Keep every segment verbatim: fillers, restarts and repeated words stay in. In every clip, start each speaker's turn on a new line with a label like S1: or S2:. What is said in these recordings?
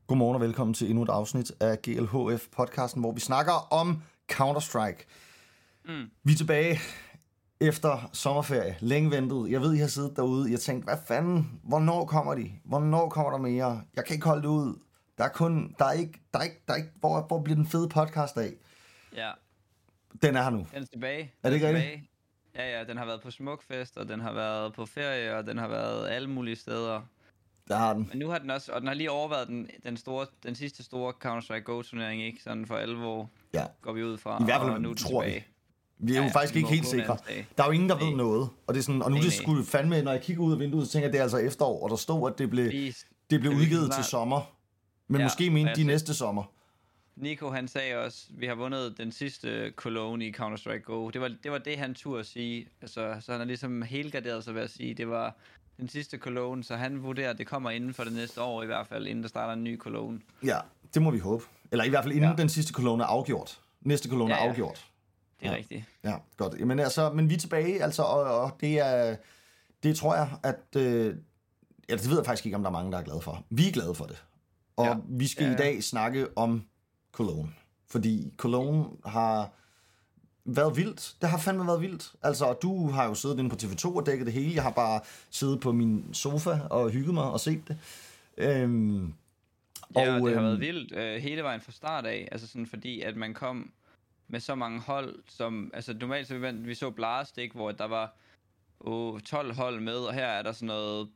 S1: Godmorgen og velkommen til endnu et afsnit af G L H F-podcasten, hvor vi snakker om Counter-Strike. Mm. Vi er tilbage efter sommerferie, længe ventet. Jeg ved, I har siddet derude, jeg tænkte, hvad fanden, hvornår kommer de? Hvornår kommer der mere? Jeg kan ikke holde det ud. Der er kun, der er ikke, der er ikke, der er ikke hvor, hvor bliver den fede podcast af?
S2: Ja.
S1: Den er her nu.
S2: Den er tilbage.
S1: Er det ikke
S2: tilbage.
S1: rigtigt?
S2: Ja, ja, den har været på Smukfest, og den har været på ferie, og den har været alle mulige steder.
S1: Der har den.
S2: Men nu har den også, og den har lige overvejet den, den, store, den sidste store Counter-Strike Go-turnering, ikke? Sådan for alvor
S1: Ja.
S2: går vi ud fra.
S1: I hvert fald,
S2: og nu er den
S1: tror
S2: tilbage.
S1: vi. Vi er jo
S2: Ja,
S1: faktisk
S2: vi
S1: ikke
S2: må
S1: helt
S2: gå
S1: sikre.
S2: en anden
S1: Der er jo ingen, der
S2: Nej.
S1: ved noget. Og det er sådan, og nu
S2: Nej,
S1: det
S2: nej.
S1: skulle fandme, når jeg kigger ud af vinduet, så tænker jeg, at det er altså efterår, og der stod, at det blev,
S2: Please.
S1: det blev
S2: Det er
S1: udgivet
S2: snart.
S1: til sommer. Men
S2: Ja,
S1: måske mente
S2: og
S1: de
S2: jeg
S1: næste sommer.
S2: Nico, han sagde også, vi har vundet den sidste Cologne i Counter-Strike Go. Det var, det var det, han turde at sige. Altså, så han har ligesom helgarderet sig ved at sige, det var den sidste Cologne, så han vurderer, at det kommer inden for det næste år i hvert fald, inden der starter en ny Cologne.
S1: Ja, det må vi håbe. Eller i hvert fald inden
S2: Ja.
S1: den sidste kolonne er afgjort. Næste kolonne
S2: Ja,
S1: er
S2: ja.
S1: afgjort.
S2: Det er
S1: Ja.
S2: rigtigt.
S1: Ja, godt. Jamen, altså, men vi er tilbage, altså, og, og det er, det tror jeg, at, øh, ja, det ved jeg faktisk ikke, om der er mange, der er glade for. Vi er glade for det. Og
S2: Ja.
S1: vi skal
S2: Ja,
S1: i
S2: ja.
S1: dag snakke om Cologne. Fordi Cologne har været vildt. Det har fandme været vildt. Altså, du har jo siddet inde på T V to og dækket det hele. Jeg har bare siddet på min sofa og hygget mig og set det. Øhm,
S2: Ja,
S1: og,
S2: og det har
S1: øhm,
S2: været vildt øh, hele vejen fra start af, altså sådan fordi, at man kom med så mange hold, som, altså normalt så vi, vi så Blast, ikke, hvor der var oh, tolv hold med, og her er der sådan noget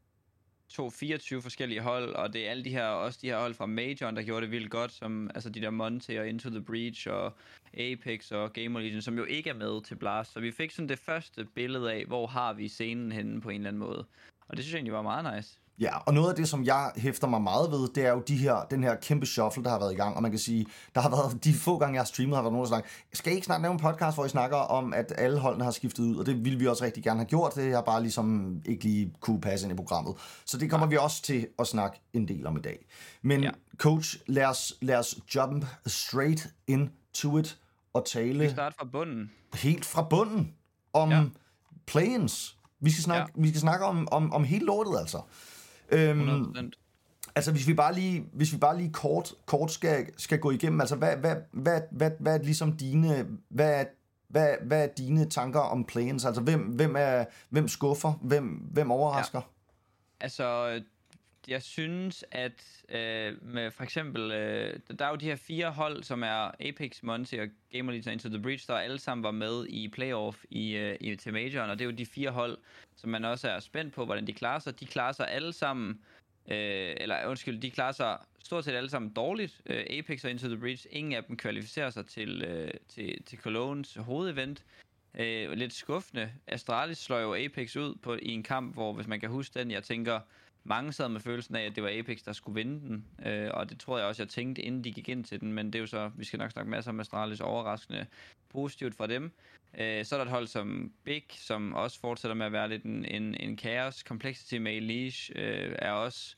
S2: to fireogtyve forskellige hold, og det er alle de her, også de her hold fra Majoren, der gjorde det vildt godt, som altså de der Monte og Into the Breach og Apex og Gamer Legion, som jo ikke er med til Blast, så vi fik sådan det første billede af, hvor har vi scenen henne på en eller anden måde, og det synes jeg egentlig var meget nice.
S1: Ja, og noget af det, som jeg hæfter mig meget ved, det er jo de her, den her kæmpe shuffle, der har været i gang. Og man kan sige, der har været de få gange, jeg har streamet, har været nogen, der snakker. Skal I ikke snart lave en podcast, hvor I snakker om, at alle holdene har skiftet ud? Og det ville vi også rigtig gerne have gjort. Det har bare ligesom ikke lige kunne passe ind i programmet. Så det kommer vi også til at snakke en del om i dag. Men
S2: Ja.
S1: coach, lad os, lad os jump straight into it og tale
S2: Vi starter fra bunden.
S1: helt fra bunden om
S2: Ja.
S1: play-ins. Vi skal snakke,
S2: Ja.
S1: vi skal snakke om, om, om hele lortet, altså. Øhm,
S2: hundrede procent.
S1: altså hvis vi bare lige hvis vi bare lige kort kort skal skal gå igennem, altså hvad hvad hvad hvad hvad er ligesom dine hvad er, hvad hvad er dine tanker om play-ins? Altså hvem hvem er hvem skuffer, hvem hvem overrasker? Ja.
S2: Altså, jeg synes, at øh, med for eksempel, øh, der er jo de her fire hold, som er Apex, Monte og Gamer Legion Into the Breach, der alle sammen var med i playoff i, øh, i til Majoren, og det er jo de fire hold, som man også er spændt på, hvordan de klarer sig. De klarer sig alle sammen, øh, eller undskyld, de klarer sig stort set alle sammen dårligt. Øh, Apex og Into the Breach, ingen af dem kvalificerer sig til, øh, til, til Colognes hovedevent. Øh, lidt skuffende. Astralis slår jo Apex ud på, i en kamp, hvor, hvis man kan huske den, jeg tænker, mange sad med følelsen af, at det var Apex, der skulle vinde den, øh, og det tror jeg også, jeg tænkte, inden de gik ind til den, men det er jo så, vi skal nok snakke masser om Astralis, overraskende positivt fra dem. Øh, så er der et hold som Big, som også fortsætter med at være lidt en, en, en kaos. Complexity med Elise øh, er også,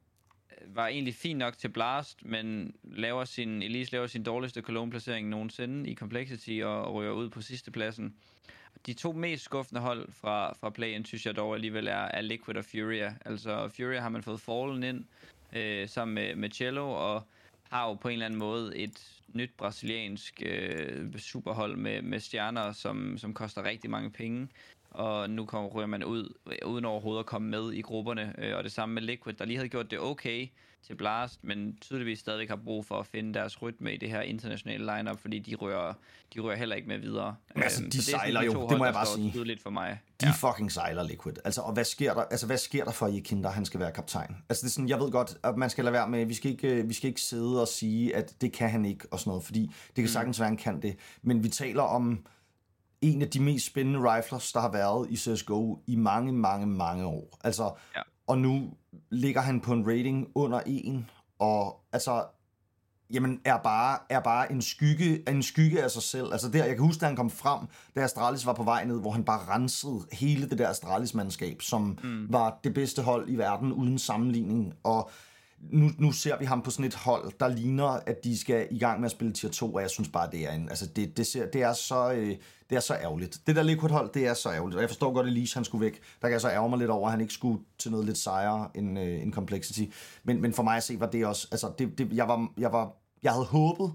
S2: var egentlig fint nok til Blast, men laver sin, Elise laver sin dårligste Cologne-placering nogensinde i Complexity og ryger ud på sidste pladsen. De to mest skuffende hold fra, fra play-in, synes jeg dog alligevel er, er Liquid og Furia. Altså Furia har man fået Fallen ind øh, sammen med, med Cello, og har jo på en eller anden måde et nyt brasiliansk øh, superhold med, med stjerner, som, som koster rigtig mange penge. Og nu kommer, ryger man ud, uden overhovedet at komme med i grupperne. Øh, og det samme med Liquid, der lige havde gjort det okay til Blast, men tydeligvis stadigvæk har brug for at finde deres rytme i det her internationale lineup, fordi de rører, de rører heller ikke med videre.
S1: Men altså,
S2: Øhm,
S1: de
S2: så det er
S1: sejler
S2: sådan de
S1: jo,
S2: to
S1: det må
S2: hold,
S1: jeg
S2: der
S1: bare
S2: står
S1: sige.
S2: tydeligt for mig.
S1: De ja. fucking sejler Liquid. Altså, og hvad sker der? Altså, hvad sker der for Jekinder, han skal være kaptajn? Altså, det er sådan, jeg ved godt, at man skal lade være med, vi skal ikke, vi skal ikke sidde og sige, at det kan han ikke, og sådan noget, fordi det kan sagtens være, han kan det. Men vi taler om en af de mest spændende riflers, der har været i C S G O i mange, mange, mange år. Altså,
S2: Ja.
S1: og nu ligger han på en rating under en, og altså, jamen, er bare, er bare en skygge, en skygge af sig selv. Altså der, jeg kan huske, da han kom frem, da Astralis var på vej ned, hvor han bare rensede hele det der Astralis-mandskab, som mm. var det bedste hold i verden uden sammenligning. Og nu, nu ser vi ham på sådan et hold, der ligner, at de skal i gang med at spille tier to, og jeg synes bare, det er en, altså det, det, ser, det, er så, øh, det er så ærgerligt. Det der Liquid-hold, det er så ærgerligt, og jeg forstår godt, at Elise, han skulle væk. Der kan jeg så ærge mig lidt over, at han ikke skulle til noget lidt sejere end, øh, end Complexity. Men, men for mig at se, var det også, altså det, det, jeg, var, jeg, var, jeg havde håbet,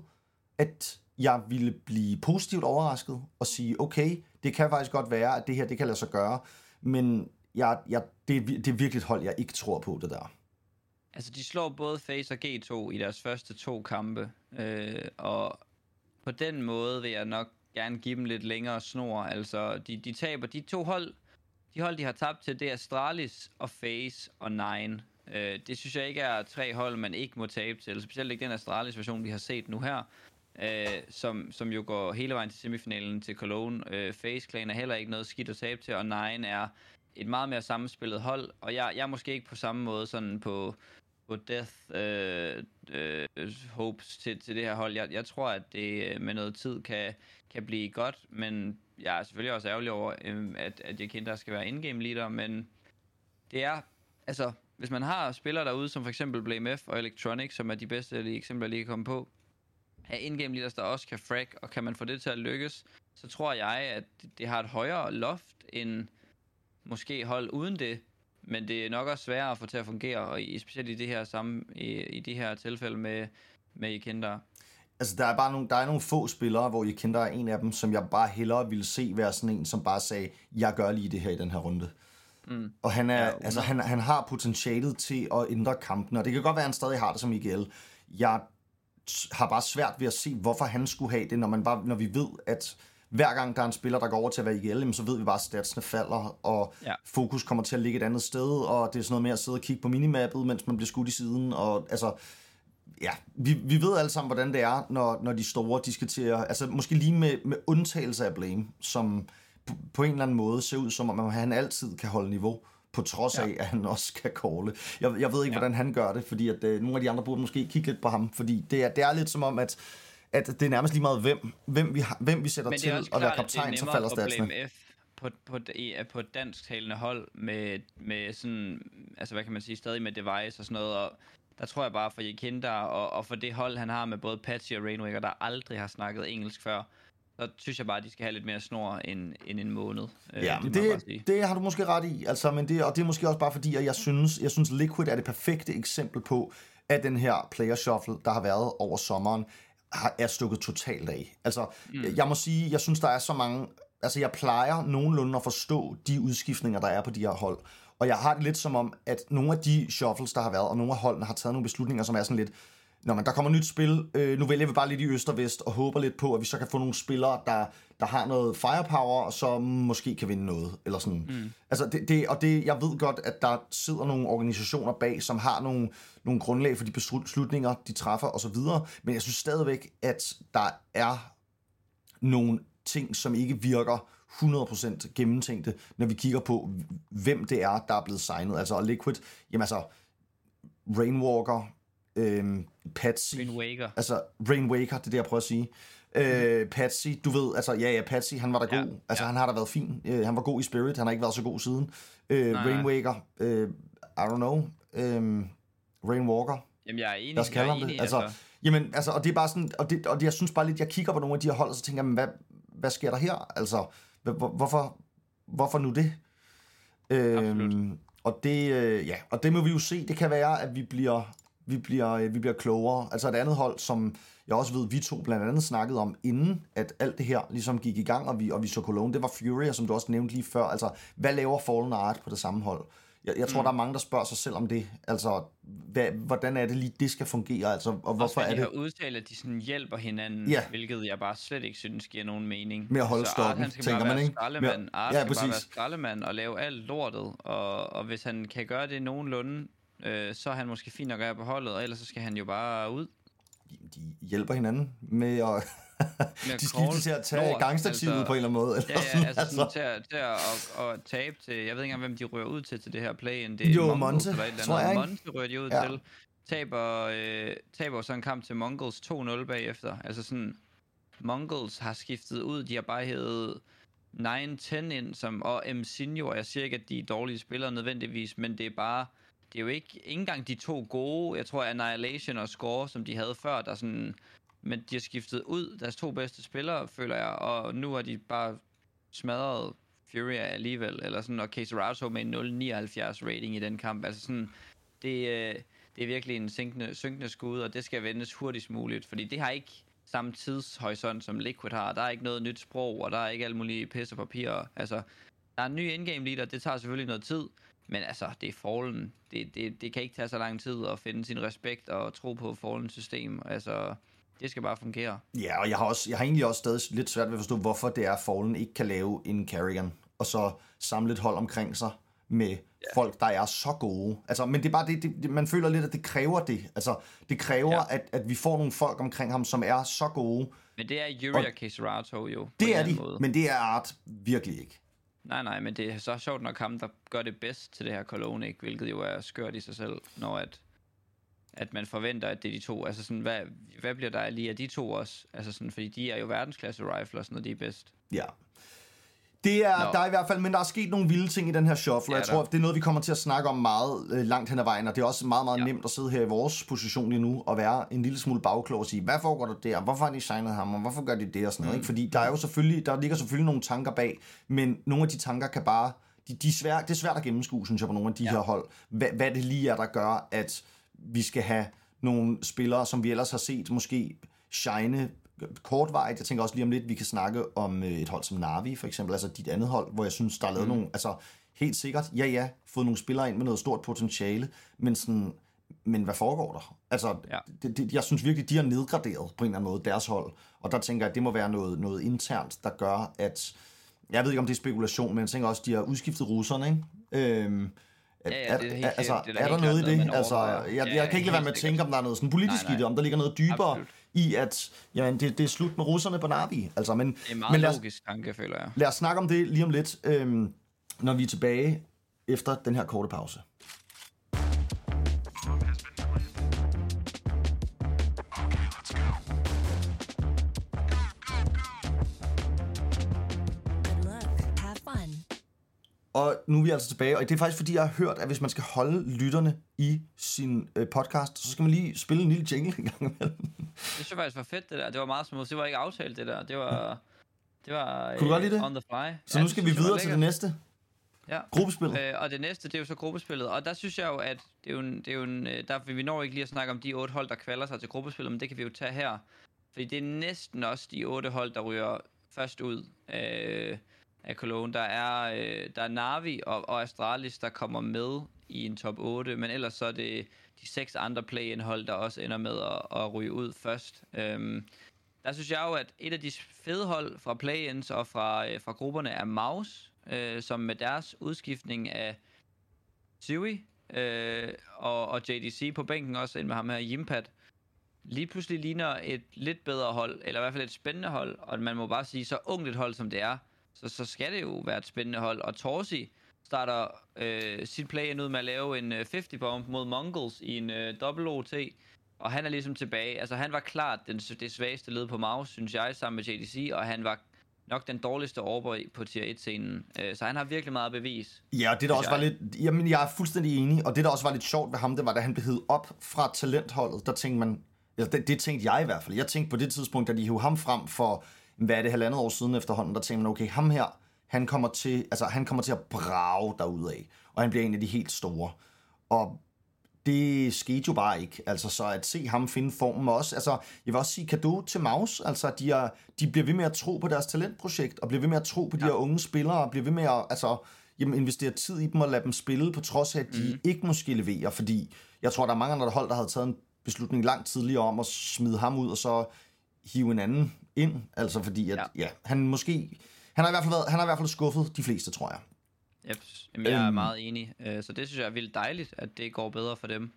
S1: at jeg ville blive positivt overrasket og sige, okay, det kan faktisk godt være, at det her, det kan lade sig gøre, men jeg, jeg, det, det er virkelig et hold, jeg ikke tror på, det der.
S2: Altså, de slår både FaZe og G to i deres første to kampe, øh, og på den måde vil jeg nok gerne give dem lidt længere snor. Altså, de, de taber de to hold, de hold, de har tabt til, det er Astralis og FaZe og Nine. Øh, det synes jeg ikke er tre hold, man ikke må tabe til, specielt ikke den Astralis-version, vi har set nu her, øh, som, som jo går hele vejen til semifinalen til Cologne. Øh, FaZe Clan er heller ikke noget skidt at tabe til, og Nine er et meget mere sammenspillet hold, og jeg, jeg er måske ikke på samme måde sådan på, på death øh, øh, hopes til, til det her hold. Jeg, jeg tror, at det med noget tid kan, kan blive godt, men jeg er selvfølgelig også ærgerlig over, øh, at, at jeg kender, der skal være in-game leader, men det er, altså, hvis man har spillere derude, som for eksempel BlameF og Electronic, som er de bedste de eksempler, jeg lige kan komme på, af in-game leaders, der også kan frag, og kan man få det til at lykkes, så tror jeg, at det har et højere loft end måske hold uden det, men det er nok også sværere at få til at fungere, og i, specielt i det her samme, i, i de her tilfælde med, med Ikentar.
S1: Altså, der er bare nogle, der er nogle få spillere, hvor Ikentar er en af dem, som jeg bare hellere ville se være sådan en, som bare sagde, jeg gør lige det her i den her runde. Mm. Og han, er, ja, altså, han, han har potentialet til at ændre kampen, og det kan godt være, at han stadig har det som I G L. Jeg har bare svært ved at se, hvorfor han skulle have det, når, man bare, når vi ved, at hver gang der er en spiller, der går over til at være I G L, så ved vi bare, at statsene falder, og ja. Fokus kommer til at ligge et andet sted, og det er sådan noget med at sidde og kigge på minimappet, mens man bliver skudt i siden, og altså, ja, vi, vi ved alle sammen, hvordan det er, når, når de store, de skal til at, altså måske lige med, med undtagelse af Blame, som på, på en eller anden måde ser ud som om, at han altid kan holde niveau, på trods af, ja. At han også kan calle. Jeg, jeg ved ikke, ja. Hvordan han gør det, fordi at, øh, nogle af de andre burde måske kigge lidt på ham, fordi det er, det er lidt som om, at at det er nærmest lige meget, hvem, hvem, vi, har, hvem vi sætter til at være kaptajn, så falder statsene.
S2: På, på, på et dansktalende hold med, med sådan, altså hvad kan man sige, stadig med device og sådan noget, og der tror jeg bare for Ikentar og, og for det hold, han har med både Patsy og Rainwaker, der aldrig har snakket engelsk før, så synes jeg bare, at de skal have lidt mere snor end, end en måned.
S1: Ja, øh, det, det, det har du måske ret i, altså, men det, og det er måske også bare fordi, at jeg synes, jeg synes Liquid er det perfekte eksempel på, at den her player shuffle, der har været over sommeren, er stukket totalt af. Altså, mm. jeg må sige, jeg synes, der er så mange. Altså, jeg plejer nogenlunde at forstå de udskiftninger, der er på de her hold. Og jeg har det lidt som om, at nogle af de shuffles, der har været, og nogle af holdene har taget nogle beslutninger, som er sådan lidt, når man der kommer nyt spil, øh, nu vælger vi bare lidt i øst og vest, og håber lidt på, at vi så kan få nogle spillere, der, der har noget firepower, og så måske kan vinde noget, eller sådan. Mm. Altså, det, det, og det, jeg ved godt, at der sidder nogle organisationer bag, som har nogle, nogle grundlag for de beslutninger, de træffer, og så videre, men jeg synes stadigvæk, at der er nogle ting, som ikke virker hundrede procent gennemtænkte, når vi kigger på, hvem det er, der er blevet signet. Altså, og Liquid, jamen altså, Rainwalker, Øhm, Patsy,
S2: Rainwaker.
S1: Altså Rainwaker, det er det jeg prøver at sige. øh, Patsy, du ved, altså ja ja, Patsy, han var da god. Ja, altså ja. Han har da været fin. øh, Han var god i Spirit, han har ikke været så god siden. øh, Rainwaker, øh, I don't know, øh, Rainwalker.
S2: Jamen jeg er enig.
S1: Der skal
S2: jeg er
S1: enig, altså, altså. Jamen altså, og det er bare sådan, og, det, og det, jeg synes bare lidt, jeg kigger på nogle af de her hold, og så tænker jeg, men hvad, hvad sker der her? Altså, hvor, hvorfor, hvorfor nu det? Øhm, og det, øh, ja, og det må vi jo se. Det kan være, at vi bliver Vi bliver, vi bliver klogere. Altså et andet hold, som jeg også ved, vi to blandt andet snakkede om, inden at alt det her ligesom gik i gang, og vi, og vi så Cologne, det var Furia, som du også nævnte lige før. Altså, hvad laver Fallen Art på det samme hold? Jeg, jeg tror, mm. der er mange, der spørger sig selv om det. Altså, hvad, hvordan er det lige, det skal fungere? Altså, og hvorfor
S2: er
S1: det?
S2: De har udtalt, at de sådan hjælper hinanden, ja. Hvilket jeg bare slet ikke synes giver nogen mening.
S1: Med at holde stokken, tænker man, ikke?
S2: Skraldemand. Art ja, skal bare være skraldemand og lave alt lortet, og, og hvis han kan gøre det nogenlunde, øh, så er han måske fint at gøre på holdet, og ellers så skal han jo bare ud.
S1: De hjælper hinanden med at... de skifter til at tage gangstativet altså, på en eller anden måde. Eller
S2: ja, ja, altså, altså. til, at, til at, at, at tabe til... Jeg ved ikke engang, hvem de rører ud til til det her play-in. Det er
S1: jo, Monte, tror jeg, ikke?
S2: Monte rører de ud ja. til. Taber, øh, taber så en kamp til Mongols to nul bagefter. Altså sådan... Mongols har skiftet ud. De har bare hævet nine ten ind, som, og M. Sinjo, og jeg siger ikke, at de er dårlige spillere nødvendigvis, men det er bare... det er jo ikke, ikke engang de to gode, jeg tror Annihilation og Score, som de havde før, der sådan, men de har skiftet ud deres to bedste spillere, føler jeg, og nu har de bare smadret Furia alligevel, eller sådan, og Cacerauto med en nul komma nioghalvfjerds rating i den kamp, altså sådan, det, det er virkelig en synkende, synkende skud, og det skal vendes hurtigst muligt, fordi det har ikke samme tidshorisont, som Liquid har, der er ikke noget nyt sprog, og der er ikke alle mulige pisse papirer, altså, der er en ny indgame leader, det tager selvfølgelig noget tid, men altså, det er Fallen. Det, det, det kan ikke tage så lang tid at finde sin respekt og tro på Fallen system. Altså, det skal bare fungere.
S1: Ja, og jeg har, også, jeg har egentlig også stadig lidt svært ved at forstå, hvorfor det er, Fallen ikke kan lave en Carrigan, og så samle et hold omkring sig med yeah. folk, der er så gode. Altså, men det er bare det, det, man føler lidt, at det kræver det. Altså, det kræver, ja. at, at vi får nogle folk omkring ham, som er så gode.
S2: Men det er Yuri og Cacerauto jo.
S1: Det er de, måde. Men det er Art virkelig ikke.
S2: Nej, nej, men det er så sjovt nok ham, der gør det bedst til det her Cologne, ikke? Hvilket jo er skørt i sig selv, når at, at man forventer, at det er de to. Altså sådan, hvad, hvad bliver der lige af de to også? Altså sådan, fordi de er jo verdensklasse rifler, når de er bedst.
S1: Ja. Det er, der er i hvert fald, men der er sket nogle vilde ting i den her shuffle, ja, jeg tror, det er noget, vi kommer til at snakke om meget øh, langt hen ad vejen, og det er også meget, meget ja. nemt at sidde her i vores position lige nu, og være en lille smule bagklog og sige, hvad foregår der der, hvorfor har de signet ham, og hvorfor gør de det og sådan noget, mm. ikke? Fordi der er jo selvfølgelig, der ligger selvfølgelig nogle tanker bag, men nogle af de tanker kan bare, de, de er svært, det er svært at gennemskue, synes jeg, på nogle af de ja. her hold, hvad, hvad det lige er, der gør, at vi skal have nogle spillere, som vi ellers har set, måske shine kortvarigt. Jeg tænker også lige om lidt, vi kan snakke om et hold som Navi, for eksempel, altså dit andet hold, hvor jeg synes, der er lavet mm. nogle, altså helt sikkert, ja ja, fået nogle spillere ind med noget stort potentiale, men sådan, men hvad foregår der? Altså, ja. det, det, jeg synes virkelig, de har nedgraderet på en eller anden måde deres hold, og der tænker jeg, at det må være noget, noget internt, der gør, at, jeg ved ikke om det er spekulation, men jeg tænker også, at de har udskiftet russerne, ikke? Øhm,
S2: Ja, ja, det er, helt,
S1: altså,
S2: det er,
S1: er der noget i det? Altså, jeg, jeg, jeg kan ikke lade være med at tænke, om der er noget sådan politisk nej, nej. i det, om der ligger noget dybere Absolut. i, at jamen, det, det er slut med russerne på Navi. Altså, men,
S2: det er meget
S1: men lad os,
S2: logisk tanke, føler jeg.
S1: Lad os snakke om det lige om lidt, øhm, når vi er tilbage efter den her korte pause. Og nu er vi altså tilbage, og det er faktisk fordi, jeg har hørt, at hvis man skal holde lytterne i sin øh, podcast, så skal man lige spille en lille jingle en gang imellem.
S2: Det synes jeg faktisk var fedt, det der. Det var meget smooth. Det var ikke aftalt, det der. Det var, det var
S1: Kunne du godt lide det?
S2: On the fly.
S1: Så ja, nu skal vi videre til det næste.
S2: Ja.
S1: Gruppespillet.
S2: Øh, og det næste, det er jo så gruppespillet. Og der synes jeg jo, at det er jo en, det er jo en, der, vi når ikke lige at snakke om de otte hold, der kvalder sig til gruppespillet, men det kan vi jo tage her. Fordi det er næsten også de otte hold, der ryger først ud øh, af Cologne. Der er, øh, der er Navi og, og Astralis, der kommer med i en top otte, men ellers så er det de seks andre play-in-hold, der også ender med at, at ryge ud først. Øhm, der synes jeg jo, at et af de fede hold fra play-ins og fra, øh, fra grupperne er Maus, øh, som med deres udskiftning af Siwi øh, og, og J D C på bænken også, ind med ham her Jimpat, lige pludselig ligner et lidt bedre hold, eller i hvert fald et spændende hold, og man må bare sige, så ungt et hold som det er, så, så skal det jo være et spændende hold. Og Torsi starter øh, sit play-in ud med at lave en øh, halvtreds bomb mod Mongols i en øh, dobbelt O T, og han er ligesom tilbage. Altså han var klart den, det svageste led på Maus, synes jeg, sammen med J D C, og han var nok den dårligste overbør på tier et-scenen. Øh, så han har virkelig meget bevis.
S1: Ja, og det der også jeg. var lidt... Jamen, jeg er fuldstændig enig, og det der også var lidt sjovt ved ham, det var, da han blev hævet op fra talentholdet, der tænkte man... Ja, det, det tænkte jeg i hvert fald. Jeg tænkte på det tidspunkt, da de hævde ham frem for, hvad er det, halvandet år siden efterhånden, der tænkte man, okay, ham her, han kommer til, altså, han kommer til at brage derudad, og han bliver en af de helt store. Og det skete jo bare ikke. Altså, så at se ham finde formen også. Altså, jeg vil også sige cadeau til Maus. Altså, de, er, de bliver ved med at tro på deres talentprojekt, og bliver ved med at tro på de ja. her unge spillere, og bliver ved med at altså, jamen, investere tid i dem og lade dem spille, på trods af, at de mm. ikke måske leverer. Fordi jeg tror, der er mange andre hold, der havde taget en beslutning langt tidligere om at smide ham ud, og så hive en anden ind. Altså, fordi at, ja. ja, han måske... Han har, i hvert fald været, han har i hvert fald skuffet de fleste, tror jeg.
S2: Yep. Jamen, jeg er øhm. meget enig. Så det synes jeg er vildt dejligt, at det går bedre for dem.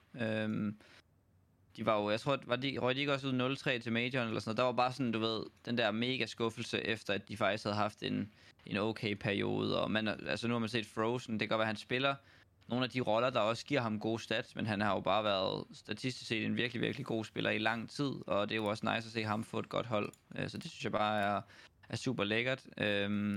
S2: De var jo, jeg tror, var de, røg de ikke også ud nul tre til majoren eller sådan noget. Der var bare sådan, du ved, den der mega skuffelse, efter at de faktisk havde haft en, en okay periode. Og man, altså nu har man set Frozen, det kan godt være, at han spiller nogle af de roller, der også giver ham gode stats, men han har jo bare været statistisk set en virkelig, virkelig god spiller i lang tid, og det er jo også nice at se ham få et godt hold. Så det synes jeg bare er, er super lækkert.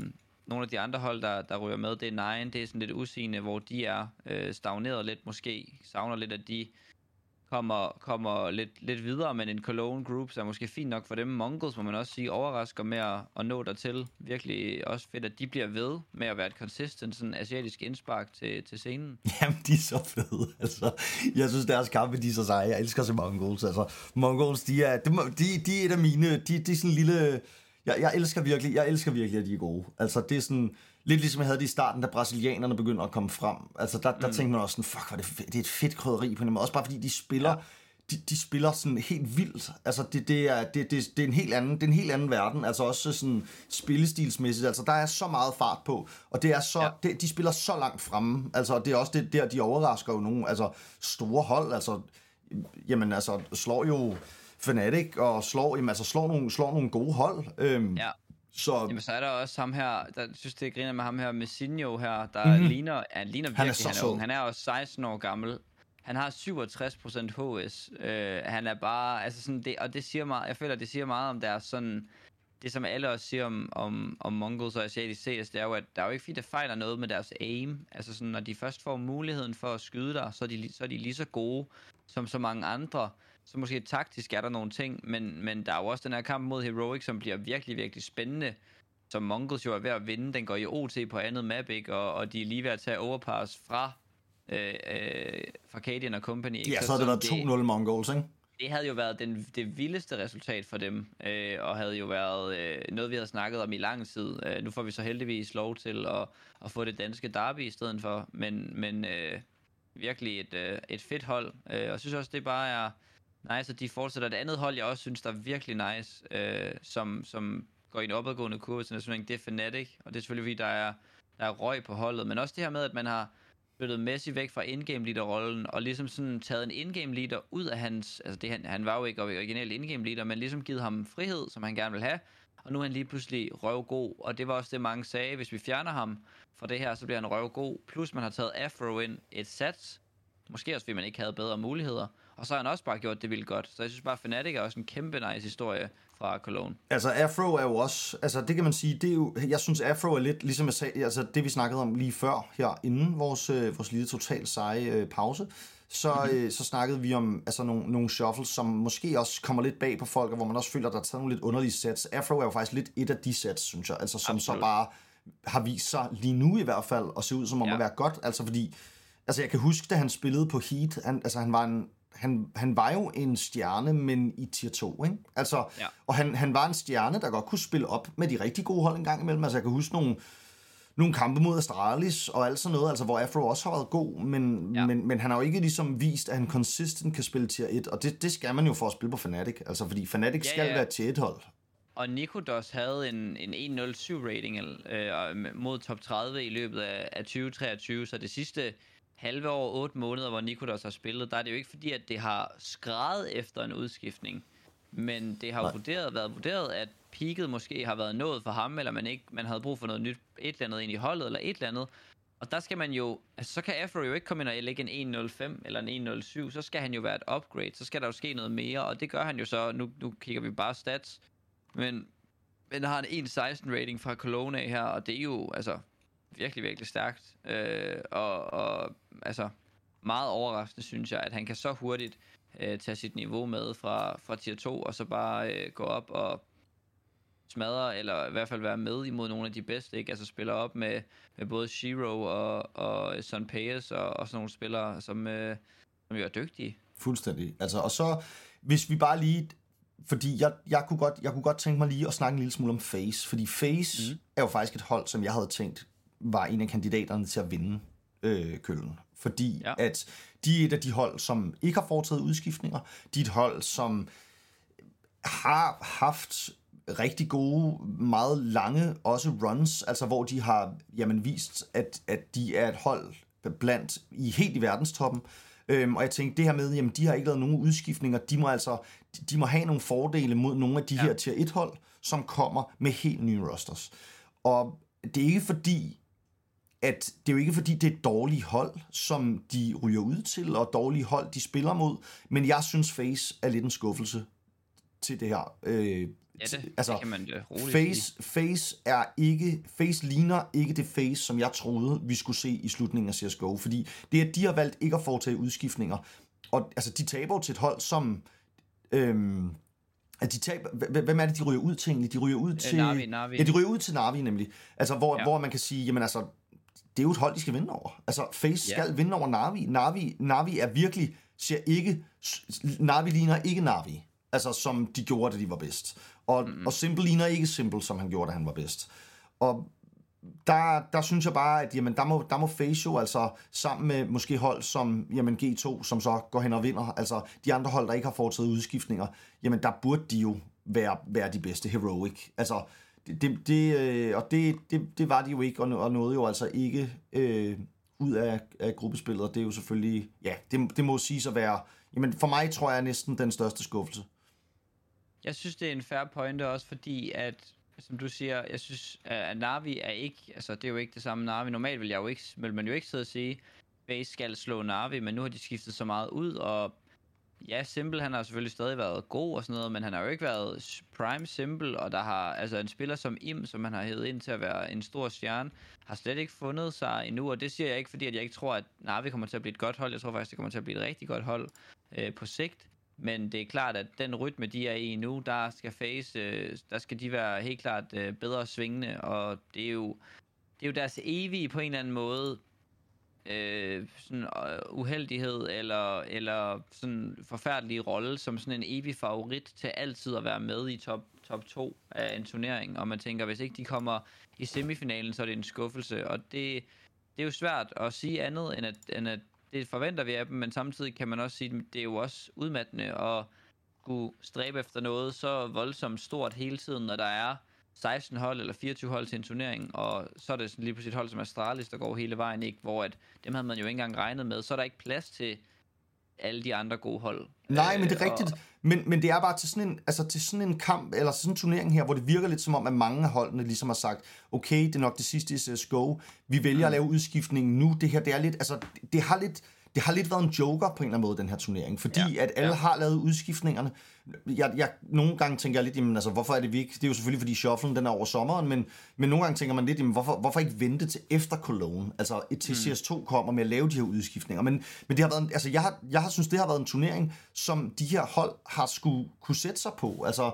S2: nogle af de andre hold, der, der ryger med, det er Nine, det er sådan lidt usigende, hvor de er øh, stagneret lidt måske, savner lidt, at de kommer, kommer lidt, lidt videre, men en Cologne Group er måske fint nok for dem. Mongols, må man også sige, overrasker med at, at nå dertil. Virkelig også fedt, at de bliver ved med at være et consistent, sådan asiatisk indspark til, til scenen.
S1: Jamen, de er så fede. Altså, jeg synes, deres kampe, de er så seje. Jeg elsker så Mongols. Altså, Mongols, de er, de, de, de er et af mine, de, de er sådan en lille... Jeg, jeg elsker virkelig, jeg elsker virkelig, at de er gode. Altså, det er sådan... Lidt ligesom jeg havde det i starten, da brasilianerne begynder at komme frem. Altså, der, der mm. tænkte man også sådan, fuck, hvor det, det er et fedt krydderi på en måde. Også bare fordi de spiller, ja. de, de spiller sådan helt vildt. Altså, det, det, er, det, det, det, er en helt anden, det er en helt anden verden. Altså, også sådan spillestilsmæssigt. Altså, der er så meget fart på. Og det er så, ja. det, de spiller så langt fremme. Altså, det er også det der, de overrasker jo nogle altså, store hold. Altså, jamen, altså, slår jo Fnatic og slår, jamen, altså, slår, nogle, slår nogle gode hold. Øhm,
S2: ja.
S1: Så...
S2: Jamen, så er der også ham her, der synes, det griner med ham her, Messinho her, der mm-hmm. ligner, ja, ligner virkelig, han er, han er ung. Han er også seksten år gammel. Han har syvogtres procent H S. Øh, han er bare, altså sådan, det, og det siger meget, jeg føler, det siger meget om deres sådan, det som alle også siger om, om, om Mongols og asiatisk C S, det er jo, at der er jo ikke fordi, der fejler noget med deres aim. Altså sådan, når de først får muligheden for at skyde dig, så er de, så er de lige så gode som så mange andre. Så måske taktisk er der nogle ting, men, men der er jo også den her kamp mod Heroic, som bliver virkelig, virkelig spændende, som Mongols jo er ved at vinde. Den går i O T på andet map, ikke? Og, og de er lige ved at tage overpass fra, øh, øh, fra Cadian og Company. Ikke?
S1: Ja, så, så havde det været to nul Mongols, ikke?
S2: Det havde jo været den, det vildeste resultat for dem, øh, og havde jo været øh, noget, vi havde snakket om i lang tid. Øh, nu får vi så heldigvis lov til at, at få det danske derby i stedet for, men, men øh, virkelig et, øh, et fedt hold. Øh, og jeg synes også, det bare er nice, at de fortsætter. Et andet hold, jeg også synes, der er virkelig nice, øh, som, som går i en opadgående kurve til nationalen, det er Fnatic, og det er selvfølgelig, fordi der er, der er røg på holdet, men også det her med, at man har flyttet Messi væk fra in-game leader-rollen, og ligesom sådan taget en in-game leader ud af hans, altså det, han, han var jo ikke original in-game leader, men ligesom givet ham frihed, som han gerne vil have, og nu er han lige pludselig røvgod, og det var også det, mange sagde, hvis vi fjerner ham fra det her, så bliver han røvgod, plus man har taget Afro ind et sats, måske også fordi man ikke havde bedre muligheder, og så har han også bare gjort det vildt godt. Så jeg synes bare, Fnatic er også en kæmpe nice historie fra Cologne.
S1: Altså Afro er jo også, altså det kan man sige, det er jo, jeg synes Afro er lidt, ligesom jeg sagde, altså det vi snakkede om lige før, her inden vores, øh, vores lille totalt seje øh, pause, så, mm-hmm. øh, så snakkede vi om altså nogle, nogle shuffles, som måske også kommer lidt bag på folk, og hvor man også føler, at der er taget nogle lidt underlige sets. Afro er jo faktisk lidt et af de sets, synes jeg, altså som Absolut. Så bare har vist sig lige nu i hvert fald, og se ud som om ja. At være godt, altså fordi, altså jeg kan huske, da han spillede på Heat, han, altså han var en, Han, han var jo en stjerne, men i tier to, ikke? Altså, ja. Og han, han var en stjerne, der godt kunne spille op med de rigtig gode hold en gang imellem. Altså, jeg kan huske nogle, nogle kampe mod Astralis og alt sådan noget, altså, hvor Afro også har været god, men, ja. men, men han har jo ikke ligesom vist, at han consistent kan spille tier et, og det, det skal man jo for at spille på Fnatic, altså, fordi Fnatic ja, skal ja. Være tier et hold.
S2: Og Nikodos havde en, en et nul syv rating øh, mod top tredive i løbet af, af tyve treogtyve, så det sidste halve år, otte måneder, hvor Nikodos har spillet, der er det jo ikke fordi, at det har skreget efter en udskiftning, men det har jo vurderet, været vurderet, at peaket måske har været nået for ham, eller man ikke man havde brug for noget nyt, et eller andet ind i holdet, eller et eller andet. Og der skal man jo, altså så kan Afro jo ikke komme ind og lægge en et nul fem eller en et nul syv, så skal han jo være et upgrade, så skal der jo ske noget mere, og det gør han jo så, nu, nu kigger vi bare stats, men, men har en et seksten rating fra Cologne af her, og det er jo, altså, virkelig, virkelig stærkt, øh, og, og altså meget overraskende, synes jeg, at han kan så hurtigt øh, tage sit niveau med fra, fra tier to, og så bare øh, gå op og smadre, eller i hvert fald være med imod nogle af de bedste, ikke? Altså spiller op med, med både Shiro og, og Son Payas, og, og sådan nogle spillere, som, øh, som jo er dygtige.
S1: Fuldstændig. Altså, og så, hvis vi bare lige, fordi jeg, jeg, kunne godt, jeg kunne godt tænke mig lige at snakke en lille smule om FaZe, fordi FaZe mm. er jo faktisk et hold, som jeg havde tænkt, var en af kandidaterne til at vinde øh, Køln. Fordi ja. At de er et af de hold, som ikke har foretaget udskiftninger. De er et hold, som har haft rigtig gode, meget lange også runs, altså hvor de har jamen, vist, at, at de er et hold blandt i helt i verdenstoppen. Øhm, og jeg tænkte, det her med, jamen de har ikke lavet nogen udskiftninger, de må altså, de, de må have nogle fordele mod nogle af de ja. Her tier et hold, som kommer med helt nye rosters. Og det er ikke fordi, at det er jo ikke fordi, det er et dårligt hold, som de ryger ud til, og dårlige hold, de spiller mod, men jeg synes FaZe er lidt en skuffelse til det her, øh,
S2: Ja, det,
S1: altså,
S2: det kan man da roligt
S1: face,
S2: sige.
S1: face er ikke, Face ligner ikke det Face, som jeg troede, vi skulle se i slutningen af C S G O, fordi det er, at de har valgt ikke at foretage udskiftninger, og altså, de taber til et hold, som, øhm, at de taber, hvem er det, de ryger ud til egentlig? De ryger ud til,
S2: Navi, Navi.
S1: Ja, de ryger ud til Navi nemlig, altså, hvor, ja. hvor man kan sige, jamen altså, det er jo et hold, de skal vinde over. Altså, Face
S2: Ja.
S1: skal vinde over Navi. Navi, Navi er virkelig, ser ikke, Navi ligner ikke Navi, altså som de gjorde, da de var bedst. Og, mm-hmm. og Simple ligner ikke Simple, som han gjorde, da han var bedst. Og der, der synes jeg bare, at jamen, der, må, der må Face jo altså sammen med måske hold som jamen, G to, som så går hen og vinder, altså de andre hold, der ikke har foretaget udskiftninger, jamen der burde de jo være, være de bedste. Heroic. Altså, det, det, det, øh, og det, det, det var de jo ikke, og, og nåede jo altså ikke øh, ud af, af gruppespillet, og det er jo selvfølgelig, ja, det, det må siges at være, jamen for mig tror jeg næsten den største skuffelse.
S2: Jeg synes, det er en fair pointe også, fordi at, som du siger, jeg synes, at Navi er ikke, altså det er jo ikke det samme Navi. Normalt vil jeg jo ikke, vil man jo ikke sidde og sige, Face skal slå Navi, men nu har de skiftet så meget ud, og ja, Simple, han har selvfølgelig stadig været god og sådan noget, men han har jo ikke været prime Simple, og der har, altså en spiller som Im, som man har hævet ind til at være en stor stjerne, har slet ikke fundet sig endnu, og det siger jeg ikke, fordi at jeg ikke tror, at Navi kommer til at blive et godt hold. Jeg tror faktisk, det kommer til at blive et rigtig godt hold øh, på sigt. Men det er klart, at den rytme, de er i nu, der skal Face, øh, der skal de være helt klart øh, bedre svingende, og det er jo, det er jo deres evige på en eller anden måde øh, sådan, uh, uheldighed, eller, eller sådan forfærdelige rolle, som sådan en evig favorit til altid at være med i top, top to af en turnering, og man tænker, hvis ikke de kommer i semifinalen, så er det en skuffelse, og det, det er jo svært at sige andet, end at, end at det forventer vi af dem, men samtidig kan man også sige, at det er jo også udmattende at skulle stræbe efter noget så voldsomt stort hele tiden, når der er seksten hold eller fireogtyve hold til en turnering, og så er det sådan lige pludselig et hold som Astralis, der går hele vejen, ikke, hvor at dem havde man jo ikke engang regnet med, så er der ikke plads til alle de andre gode hold.
S1: Nej, men det er
S2: øh,
S1: rigtigt. Men, men det er bare til sådan, en, altså til sådan en kamp, eller sådan en turnering her, hvor det virker lidt som om, at mange af holdene ligesom har sagt, okay, det er nok det sidste i C S G O, vi vælger mm. at lave udskiftningen nu, det her, det er lidt, altså, det har lidt, det har lidt været en joker på en eller anden måde, den her turnering, fordi ja, at alle ja. har lavet udskiftningerne. Jeg, jeg, nogle gange tænker jeg lidt, jamen, altså, hvorfor er det vi ikke? Det er jo selvfølgelig, fordi shufflen den er over sommeren, men, men nogle gange tænker man lidt, jamen, hvorfor, hvorfor ikke vente til efter Cologne? Altså, til C S to kommer med at lave de her udskiftninger. Men, men det har været, altså, jeg har, jeg har synes, det har været en turnering, som de her hold har skulle kunne sætte sig på. Altså,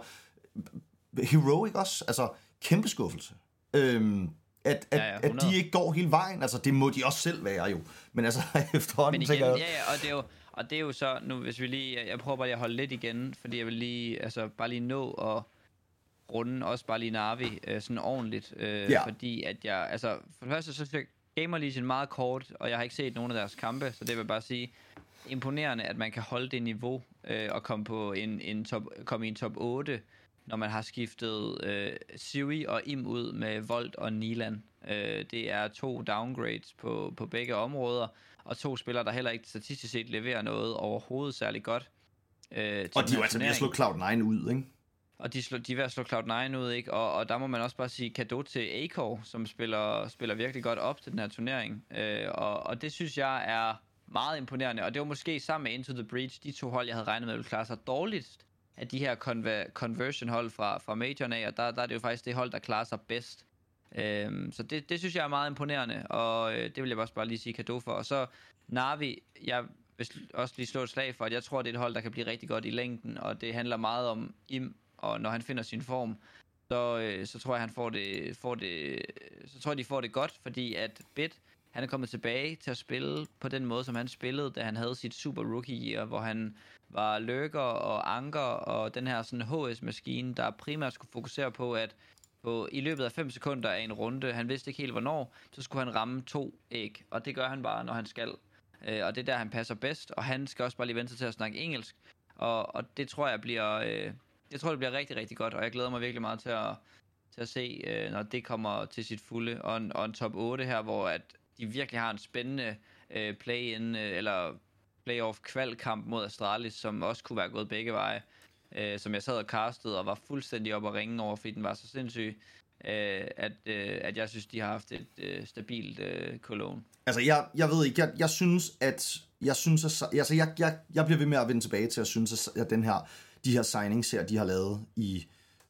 S1: Heroic også, altså, kæmpe skuffelse. Øhm, At, at, ja, ja, at de ikke går hele vejen, altså det må de også selv være jo, men altså efterhånden
S2: men igen,
S1: tænker jeg...
S2: ja, ja, og det er jo, og det er jo så, nu hvis vi lige, jeg prøver bare lige at holde lidt igen, fordi jeg vil lige, altså bare lige nå at runde, også bare lige Navi, øh, sådan ordentligt, øh, ja. fordi at jeg, altså for det første så synes jeg, Gamer Legion meget kort, og jeg har ikke set nogen af deres kampe, så det vil jeg bare sige, imponerende, at man kan holde det niveau, øh, og komme på en, en top, komme i en top otte, når man har skiftet øh, Siri og Im ud med Volt og Nilan. Øh, det er to downgrades på, på begge områder, og to spillere, der heller ikke statistisk set leverer noget overhovedet særlig godt. Øh,
S1: og de er jo altså ved at slå Cloud nine ud, ikke?
S2: Og de, slå, de er ved at slå Cloud nine ud, ikke? Og, og der må man også bare sige cadeau til Acor, som spiller, spiller virkelig godt op til den her turnering. Øh, og, og det synes jeg er meget imponerende, og det var måske sammen med Into the Breach, de to hold, jeg havde regnet med, ville klare sig dårligst af de her conver- conversion-hold fra, fra Majoren af, og der, der er det jo faktisk det hold, der klarer sig bedst. Øhm, så det, det synes jeg er meget imponerende, og øh, det vil jeg også bare lige sige cadeau for. Og så Navi, jeg vil også lige slå et slag for, at jeg tror, det er et hold, der kan blive rigtig godt i længden, og det handler meget om Im, og når han finder sin form, så, øh, så tror jeg, han får det, får det, så tror jeg, de får det godt, fordi at Bit, han er kommet tilbage til at spille på den måde, som han spillede, da han havde sit super rookie year, hvor han var lurker og anker og den her sådan H S-maskine, der primært skulle fokusere på, at på, i løbet af fem sekunder af en runde, han vidste ikke helt hvornår, så skulle han ramme to æg, og det gør han bare, når han skal. Øh, og det er der, han passer bedst, og han skal også bare lige vente sig til at snakke engelsk, og, og det tror jeg bliver, øh, det tror jeg bliver rigtig, rigtig godt, og jeg glæder mig virkelig meget til at, til at se, øh, når det kommer til sit fulde, og en, og en top otte her, hvor at de virkelig har en spændende øh, play-in, øh, eller playoff-kvalkamp mod Astralis, som også kunne være gået begge veje, øh, som jeg sad og castede og var fuldstændig op at ringe over, fordi den var så sindssyg, øh, at, øh, at jeg synes, de har haft et øh, stabilt øh, Cologne.
S1: Altså, jeg, jeg ved ikke, jeg, jeg synes, at jeg synes, at, altså, jeg, jeg, jeg bliver ved med at vende tilbage til at synes, at den her, de her signings her, de har lavet i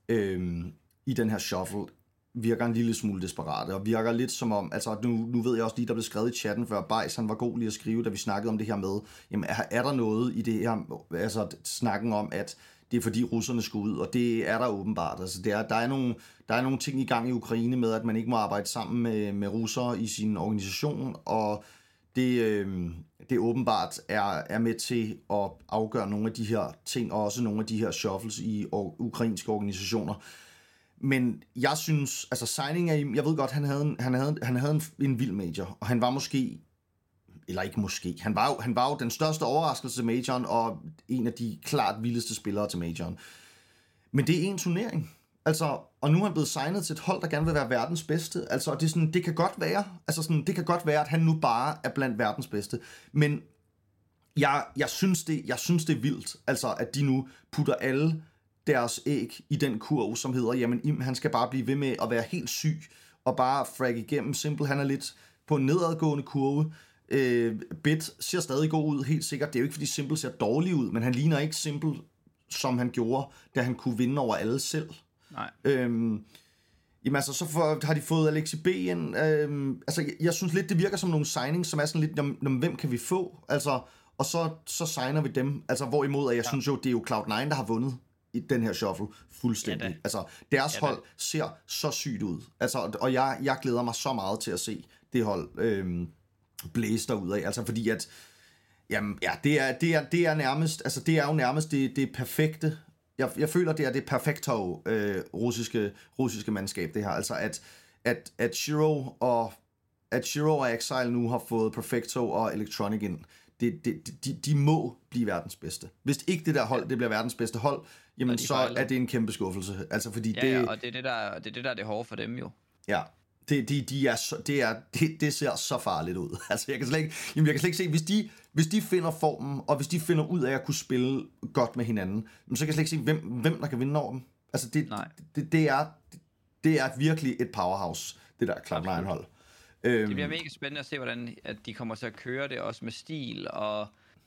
S1: øh, i den her shuffle, virker en lille smule desperate, og virker lidt som om, altså nu, nu ved jeg også lige, der blev skrevet i chatten før, Bajs, han var god lige at skrive, da vi snakkede om det her med, jamen er, er der noget i det her, altså snakken om, at det er fordi russerne skulle ud, og det er der åbenbart, altså det er, der, er nogle, der er nogle ting i gang i Ukraine med, at man ikke må arbejde sammen med, med russere i sin organisation, og det, øh, det åbenbart er, er med til at afgøre nogle af de her ting, og også nogle af de her shuffles i or, ukrainske organisationer. Men jeg synes, altså signing af, jeg ved godt, han havde, en, han havde, han havde en, en vild major, og han var måske, eller ikke måske, han var jo, han var jo den største overraskelse til majoren, og en af de klart vildeste spillere til majoren. Men det er en turnering. Altså, og nu er han blevet signet til et hold, der gerne vil være verdens bedste. Altså, det, er sådan, det kan godt være, altså sådan, det kan godt være, at han nu bare er blandt verdens bedste. Men jeg, jeg, synes det, jeg synes, det er vildt, altså, at de nu putter alle deres æg i den kurv, som hedder, jamen Im, han skal bare blive ved med at være helt syg, og bare frag igennem. Simple, han er lidt på en nedadgående kurve. Øh, Bit ser stadig god ud, helt sikkert. Det er jo ikke, fordi Simple ser dårlig ud, men han ligner ikke Simple, som han gjorde, da han kunne vinde over alle selv.
S2: Nej.
S1: Øhm, jamen altså, så for, har de fået Alexi B ind. Øhm, altså, jeg, jeg synes lidt, det virker som nogle signings, som er sådan lidt, jamen, jamen, hvem kan vi få? Altså, og så, så signer vi dem. Altså, hvorimod, at jeg ja. synes jo, det er jo Cloud nine, der har vundet i den her shuffle fuldstændig. Ja, altså, deres ja, hold ser så sygt ud. Altså, og jeg, jeg glæder mig så meget til at se det hold øhm, blæse derudad. Altså, fordi at, jamen, ja, det er, det er, det er nærmest, altså, det er jo nærmest det, det perfekte. Jeg, jeg føler, det er det perfekto øh, russiske, russiske mandskab, det her. Altså, at, at, at Shiro og at Shiro og Exile nu har fået Perfecto og Electronic ind. Det, det, de, de må blive verdens bedste. Hvis ikke det der hold, det bliver verdens bedste hold, jamen de så fejler. Er det en kæmpe skuffelse. Altså, fordi
S2: ja,
S1: det,
S2: ja, og det er det, der, det er det, der er det hårde for dem jo.
S1: Ja, det, de, de er så, det, er, det, det ser så farligt ud. Altså, jeg kan slet ikke, jamen, jeg kan slet ikke se, hvis de, hvis de finder formen, og hvis de finder ud af at kunne spille godt med hinanden, så kan jeg slet ikke se, hvem, hvem der kan vinde over dem. Altså, det, det, det, er, det er virkelig et powerhouse, det der Cloud nine hold.
S2: Det bliver mega spændende at se, hvordan at de kommer til at køre det, også med stil, og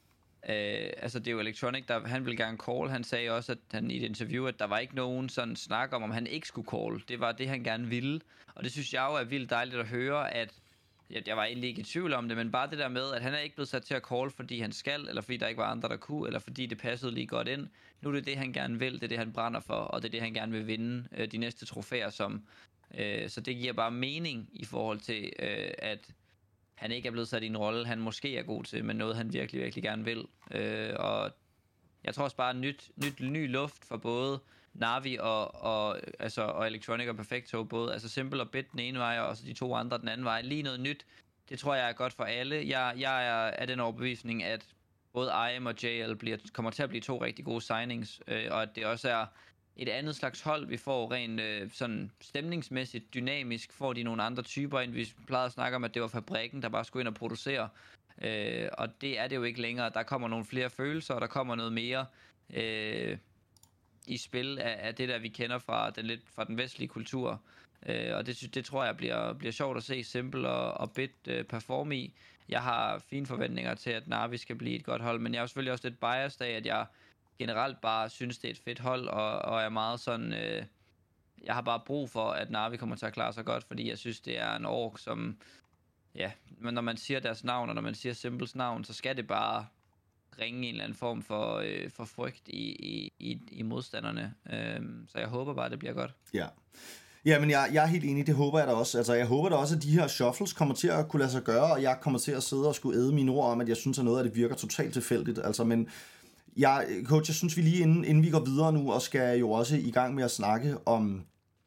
S2: øh, altså det er jo Electronic, der, han ville gerne call, han sagde også, at han i et interview, at der var ikke nogen sådan snak om, om han ikke skulle call, det var det, han gerne ville, og det synes jeg jo er vildt dejligt at høre, at jeg, jeg var egentlig ikke i tvivl om det, men bare det der med, at han er ikke blevet sat til at call, fordi han skal, eller fordi der ikke var andre, der kunne, eller fordi det passede lige godt ind. Nu er det det, han gerne vil, det er det, han brænder for, og det er det, han gerne vil vinde øh, de næste trofæer, som øh, så det giver bare mening i forhold til, øh, at han ikke er blevet sat i en rolle, han måske er god til, men noget, han virkelig, virkelig gerne vil. Øh, og jeg tror også bare, nyt, nyt, ny luft for både Navi og, og, altså, og Electronic og Perfecto, både altså Simple og Bit den ene vej, og så de to andre den anden vej. Lige noget nyt, det tror jeg er godt for alle. Jeg, jeg er af den overbevisning, at både I M og J L bliver, kommer til at blive to rigtig gode signings, øh, og at det også er et andet slags hold, vi får rent øh, sådan stemningsmæssigt, dynamisk, får de nogle andre typer ind. Vi plejede at snakke om, at det var fabrikken, der bare skulle ind og producere, øh, og det er det jo ikke længere. Der kommer nogle flere følelser, og der kommer noget mere øh, i spil af, af det der, vi kender fra den, lidt, fra den vestlige kultur. Øh, og det, det tror jeg bliver, bliver sjovt at se Simple og, og Bit øh, performe i. Jeg har fine forventninger til, at Navi skal blive et godt hold, men jeg er jo selvfølgelig også lidt biased af, at jeg generelt bare synes, det er et fedt hold, og, og er meget sådan, øh, jeg har bare brug for, at Navi kommer til at klare sig godt, fordi jeg synes, det er en ork, som, ja, men når man siger deres navn, og når man siger Simples navn, så skal det bare ringe en eller anden form for, øh, for frygt i, i, i, i modstanderne. Øh, så jeg håber bare, det bliver godt.
S1: Ja. Ja, men jeg, jeg er helt enig, det håber jeg da også. Altså, jeg håber da også, at de her shuffles kommer til at kunne lade sig gøre, og jeg kommer til at sidde og skulle æde mine ord om, at jeg synes, at noget af det virker totalt tilfældigt. Altså, men jeg, coach, jeg synes, vi lige inden, inden vi går videre nu, og skal jo også i gang med at snakke om,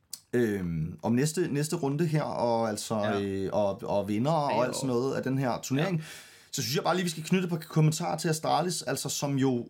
S1: øhm, om næste, næste runde her, og altså ja. øh, og, og vinder og alt sådan noget af den her turnering. Ja. Så synes jeg bare lige, vi skal knytte på kommentarer til Astralis, altså som jo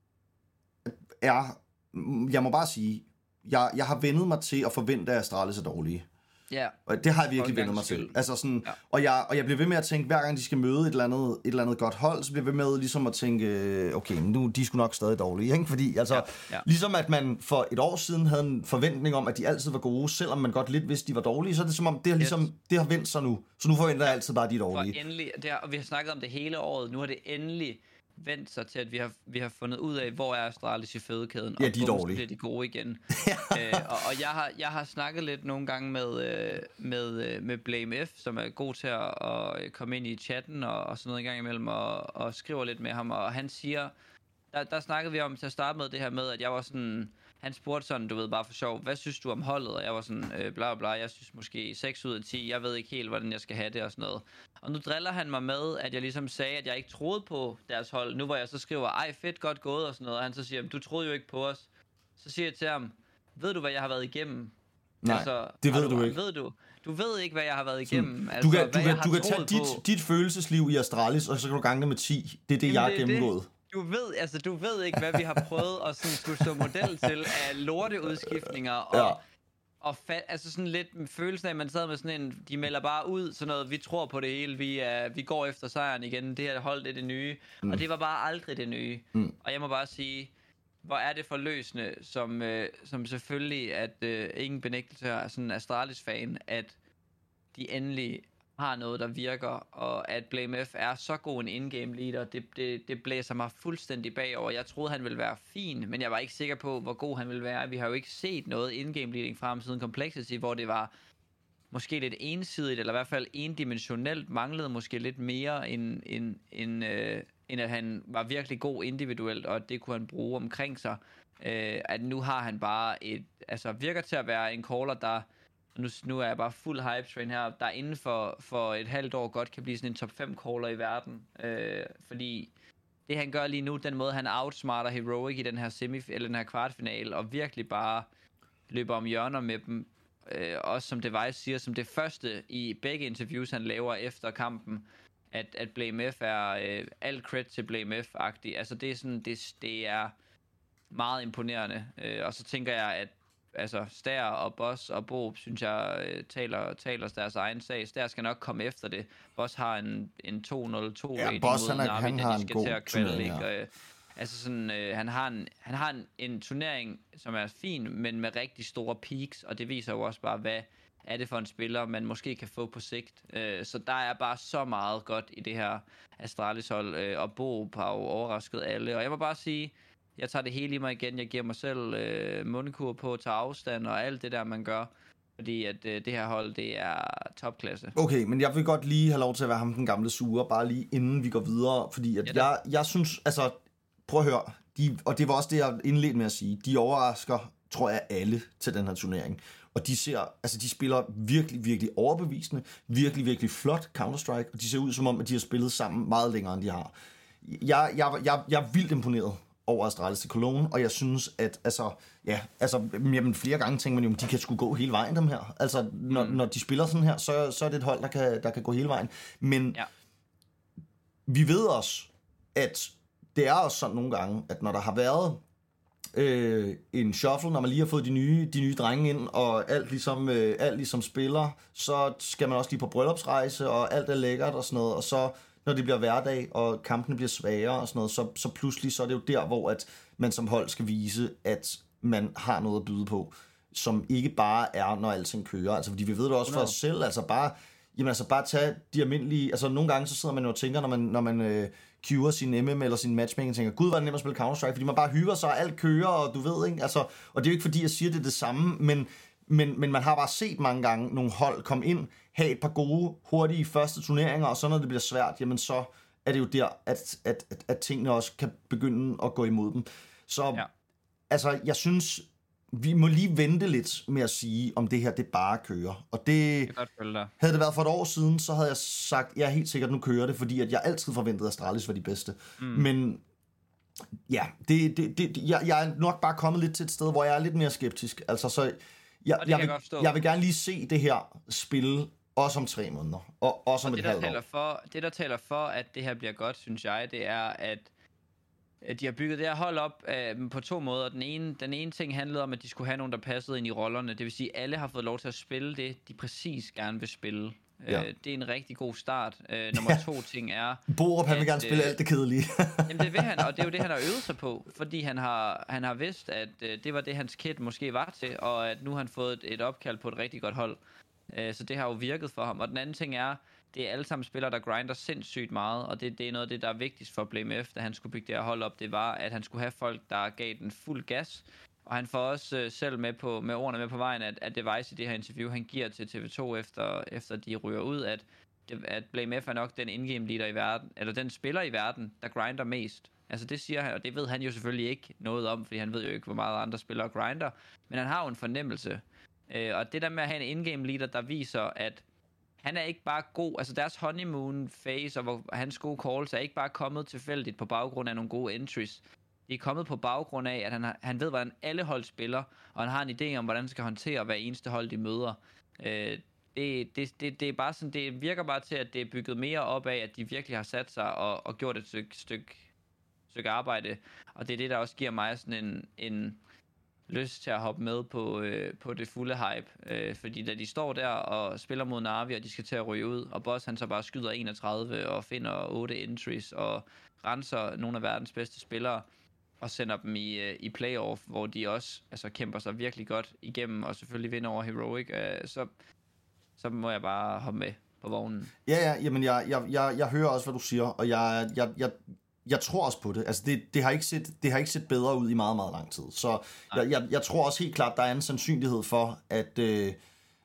S1: er, jeg må bare sige, jeg, jeg har vendet mig til at forvente, at Astralis er dårlige.
S2: Ja.
S1: Og det har jeg virkelig vendt mig til. Altså sådan, ja. og, jeg, og jeg bliver ved med at tænke, hver gang de skal møde et eller andet, et eller andet godt hold, så bliver jeg ved med ligesom at tænke, okay, men nu de er sgu nok stadig dårlige, ikke? Fordi altså, ja. Ja. Ligesom at man for et år siden havde en forventning om, at de altid var gode, selvom man godt lidt vidste, de var dårlige, så er det som om, det har, ligesom, yes. det har vendt sig nu. Så nu forventer jeg altid bare, at de er dårlige.
S2: For endelig, det har, og vi har snakket om det hele året, nu har det endelig vendt sig til, at vi har, vi har fundet ud af, hvor er Astralis i fødekæden,
S1: ja,
S2: og
S1: de er dårlige.
S2: bliver de gode igen. øh, og og jeg, har, jeg har snakket lidt nogle gange med, øh, med, øh, med Blame F, som er god til at, at komme ind i chatten og, og sådan noget en gang imellem, og, og skriver lidt med ham, og han siger, der, der snakkede vi om til at starte med det her med, at jeg var sådan, han spurgte sådan, du ved, bare for sjov, hvad synes du om holdet? Og jeg var sådan, øh, bla bla, jeg synes måske seks ud af ti, jeg ved ikke helt, hvordan jeg skal have det og sådan noget. Og nu driller han mig med, at jeg ligesom sagde, at jeg ikke troede på deres hold. Nu hvor jeg så skriver, ej fedt, godt gået og sådan noget, og han så siger, du troede jo ikke på os. Så siger jeg til ham, ved du, hvad jeg har været igennem?
S1: Nej, altså, det ved du, du ikke.
S2: Ved du? Du ved ikke, hvad jeg har været igennem.
S1: Altså, du kan, du kan, du kan tage dit, dit følelsesliv i Astralis, og så kan du gange det med ti. Det er det, Jamen, jeg har gennemgået.
S2: Du ved, altså, du ved ikke, hvad vi har prøvet at sådan, skulle stå model til af lorteudskiftninger, og, ja. og fa- altså sådan lidt følelsen af, at man sad med sådan en, de melder bare ud, sådan noget, vi tror på det hele, vi, er, vi går efter sejren igen, det her hold, det er det nye, mm. og det var bare aldrig det nye. Mm. Og jeg må bare sige, hvor er det forløsende, som, øh, som selvfølgelig, at øh, ingen benægtelse er sådan Astralis-fan, at de endelig har noget, der virker, og at Blame F er så god en in-game leader, det, det, det blæser mig fuldstændig bagover. Jeg troede, han ville være fin, men jeg var ikke sikker på, hvor god han ville være. Vi har jo ikke set noget in-game leading fra ham siden Complexity, hvor det var måske lidt ensidigt, eller i hvert fald endimensionelt, manglede måske lidt mere, end, end, end, øh, end at han var virkelig god individuelt, og det kunne han bruge omkring sig. Øh, at nu har han bare et, altså virker til at være en caller, der Nu, nu er jeg bare fuld hype train her, der inden for, for et halvt år godt kan blive sådan en top fem caller i verden. Øh, fordi det han gør lige nu, den måde han outsmarter Heroic i den her semi eller den her kvartfinale, og virkelig bare løber om hjørner med dem. Øh, også som Device siger, som det første i begge interviews han laver efter kampen, at, at Blame F er øh, alt credit til Blame F-agtig. Altså det er sådan, det, det er meget imponerende. Øh, og så tænker jeg, at altså Stær og Boss og Bob, synes jeg, øh, taler, taler deres egen sag. Stær skal nok komme efter det. Boss har en, en to nul to
S1: ja,
S2: rating
S1: Boss,
S2: mod
S1: han er,
S2: Na'Vi,
S1: han har en god turnering,
S2: ja. øh, Altså sådan, øh, han har, en, han har en, en turnering, som er fin, men med rigtig store peaks, og det viser jo også bare, hvad er det for en spiller, man måske kan få på sigt. Øh, så der er bare så meget godt i det her Astralis-hold, øh, og Bob har jo overrasket alle. Og jeg må bare sige, jeg tager det hele i mig igen. Jeg giver mig selv øh, mundkur på at tage afstand og alt det der, man gør. Fordi at øh, det her hold, det er topklasse.
S1: Okay, men jeg vil godt lige have lov til at være ham den gamle sure, bare lige inden vi går videre. Fordi at ja, jeg, jeg synes, altså, prøv at høre, de, og det var også det, jeg indledte med at sige, de overrasker, tror jeg, alle til den her turnering. Og de ser, altså de spiller virkelig, virkelig overbevisende, virkelig, virkelig flot Counter-Strike, og de ser ud som om, at de har spillet sammen meget længere, end de har. Jeg, jeg, jeg, jeg er vildt imponeret over Astralis til Cologne, og jeg synes, at altså, ja, altså, jamen, flere gange tænker man jo, de kan sgu gå hele vejen, dem her. Altså, når, mm. når de spiller sådan her, så, så er det et hold, der kan, der kan gå hele vejen. Men ja. Vi ved også, at det er også sådan nogle gange, at når der har været øh, en shuffle, når man lige har fået de nye, de nye drenge ind, og alt ligesom, øh, alt ligesom spiller, så skal man også lige på bryllupsrejse, og alt er lækkert og sådan noget, og så når det bliver hverdag, og kampene bliver sværere og sådan noget, så, så pludselig så er det jo der, hvor at man som hold skal vise, at man har noget at byde på, som ikke bare er, når alting kører. Altså, fordi vi ved det også for os selv, altså bare, jamen, altså bare tage de almindelige, altså nogle gange så sidder man jo og tænker, når man, når man øh, queuer sin M M eller sin matchmaking, og tænker, gud, hvor er det nemt at spille Counter-Strike, fordi man bare hygger sig, og alt kører, og du ved, ikke? Altså, og det er jo ikke fordi, jeg siger det det samme, men Men, men man har bare set mange gange nogle hold komme ind, have et par gode, hurtige første turneringer, og så når det bliver svært, jamen så er det jo der, at, at, at, at tingene også kan begynde at gå imod dem. Så ja. Altså, jeg synes, vi må lige vente lidt med at sige, om det her, det bare kører. Og det, det havde det været for et år siden, så havde jeg sagt, jeg er helt sikkert, nu kører det, fordi at jeg altid forventede, at Astralis var de bedste. Mm. Men ja, det, det, det, jeg, jeg er nok bare kommet lidt til et sted, hvor jeg er lidt mere skeptisk. Altså, så Jeg, jeg, vil, jeg, jeg vil gerne lige se det her spille, også om tre måneder, og også om og et halvt år.
S2: For, det, der taler for, at det her bliver godt, synes jeg, det er, at de har bygget det her hold op øh, på to måder. Den ene, den ene ting handlede om, at de skulle have nogen, der passede ind i rollerne. Det vil sige, at alle har fået lov til at spille det, de præcis gerne vil spille. Ja. Øh, det er en rigtig god start. Øh, nummer ja. to ting er...
S1: Borup, han vil gerne spille øh, alt det kedelige.
S2: Jamen det vil han, og det er jo det, han har øvet sig på. Fordi han har, han har vidst, at øh, det var det, hans kit måske var til, og at nu har han fået et, et opkald på et rigtig godt hold. Øh, så det har jo virket for ham. Og den anden ting er, det er alle sammen spillere, der grinder sindssygt meget, og det, det er noget af det, der er vigtigst for Blame F, da han skulle bygge det her hold op, det var, at han skulle have folk, der gav den fuld gas, og han får også øh, selv med på med ordene med på vejen, at, at Device i det her interview, han giver til T V to, efter, efter de ryger ud, at, at Blame F er nok den in-game leader i verden, eller den spiller i verden, der grinder mest. Altså det siger han, og det ved han jo selvfølgelig ikke noget om, fordi han ved jo ikke, hvor meget andre spillere grinder, men han har jo en fornemmelse. Øh, og det der med at have en in-game leader, der viser, at han er ikke bare god, altså deres honeymoon phase, og hvor hans gode calls er ikke bare kommet tilfældigt på baggrund af nogle gode entries. De er kommet på baggrund af, at han, har, han ved, hvordan alle hold spiller, og han har en idé om, hvordan han skal håndtere hver eneste hold, de møder. Øh, det, det, det, det er bare sådan, det virker bare til, at det er bygget mere op af, at de virkelig har sat sig og, og gjort et stykke, stykke, stykke arbejde, og det er det, der også giver mig sådan en, en lyst til at hoppe med på, øh, på det fulde hype, øh, fordi da de står der og spiller mod Na'Vi, og de skal til at ryge ud, og Boss han så bare skyder enogtredive og finder otte entries og renser nogle af verdens bedste spillere og sender dem i, øh, i playoff, hvor de også altså, kæmper sig virkelig godt igennem og selvfølgelig vinder over Heroic, øh, så, så må jeg bare hoppe med på vognen.
S1: Ja, ja, jamen jeg, jeg, jeg, jeg hører også, hvad du siger, og jeg, jeg, jeg Jeg tror også på det. Altså det, det, har ikke set, det har ikke set bedre ud i meget, meget lang tid. Så jeg, jeg, jeg tror også helt klart, der er en sandsynlighed for, at, øh,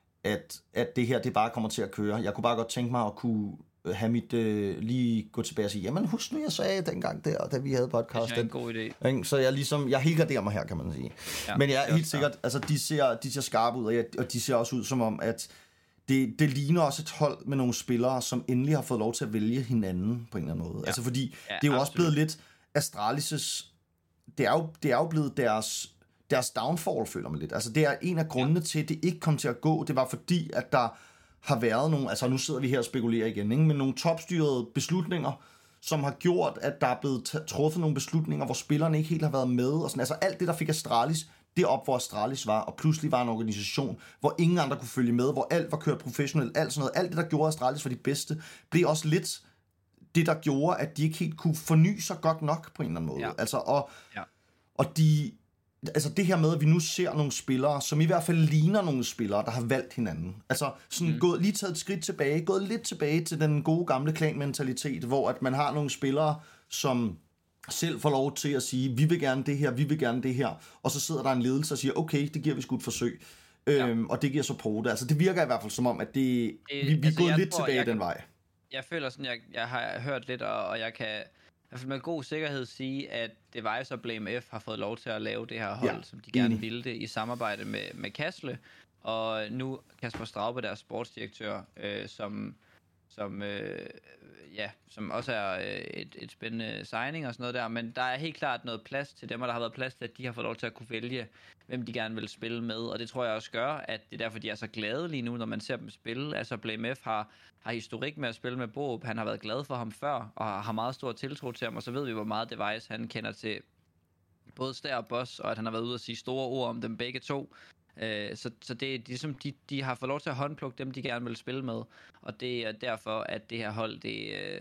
S1: at, at det her det bare kommer til at køre. Jeg kunne bare godt tænke mig at kunne have mit øh, lige gå tilbage og sige, jamen husk nu, jeg sagde dengang der, da vi havde podcast.
S2: Det er en god idé.
S1: Så jeg ligesom, jeg helgarderer mig her, kan man sige. Ja, men jeg er helt sikkert, altså de ser, de ser skarpe ud, og, jeg, og de ser også ud som om, at Det, det ligner også et hold med nogle spillere, som endelig har fået lov til at vælge hinanden på en eller anden måde. Ja. Altså fordi, ja, det er jo absolut også blevet lidt Astralis' det er jo, det er jo blevet deres, deres downfall, føler man lidt. Altså det er en af grundene ja. til, at det ikke kom til at gå. Det var fordi, at der har været nogle, altså nu sidder vi her og spekulerer igen, ikke? Men nogle topstyrede beslutninger, som har gjort, at der er blevet t- truffet nogle beslutninger, hvor spillerne ikke helt har været med. Og sådan. Altså alt det, der fik Astralis, det op, hvor Astralis var, og pludselig var en organisation, hvor ingen andre kunne følge med, hvor alt var kørt professionelt, alt sådan noget. Alt det, der gjorde Astralis for de bedste, blev også lidt det, der gjorde, at de ikke helt kunne forny sig godt nok på en eller anden måde. Ja. Altså, og, ja. og de, altså det her med, at vi nu ser nogle spillere, som i hvert fald ligner nogle spillere, der har valgt hinanden. Altså sådan mm. gået, lige taget et skridt tilbage, gået lidt tilbage til den gode gamle klanmentalitet, hvor at man har nogle spillere, som selv får lov til at sige, vi vil gerne det her, vi vil gerne det her, og så sidder der en ledelse og siger, okay, det giver vi sgu et forsøg, ja. øhm, og det giver support. Altså det virker i hvert fald som om, at det, det vi, vi altså, er gået lidt tror, tilbage den kan, vej.
S2: Jeg føler sådan, jeg, jeg har hørt lidt, og, og jeg kan i hvert fald med god sikkerhed sige, at Device og Blame F har fået lov til at lave det her hold, ja, som de gerne enig. ville det, i samarbejde med, med Kasle, og nu Kasper Straube, deres sportsdirektør, øh, som som øh, ja, som også er øh, et, et spændende signing og sådan noget der, men der er helt klart noget plads til dem, og der har været plads til, at de har fået lov til at kunne vælge, hvem de gerne vil spille med, og det tror jeg også gør, at det er derfor, de er så glade lige nu, når man ser dem spille. Altså Blame F har, har historik med at spille med Borup, han har været glad for ham før, og har meget stor tiltro til ham, og så ved vi, hvor meget Device han kender til både Stær og Boss, og at han har været ude og sige store ord om dem begge to. Så, så det er ligesom, de, de har fået lov til at håndplukke dem, de gerne vil spille med. Og det er derfor, at det her hold, det, øh,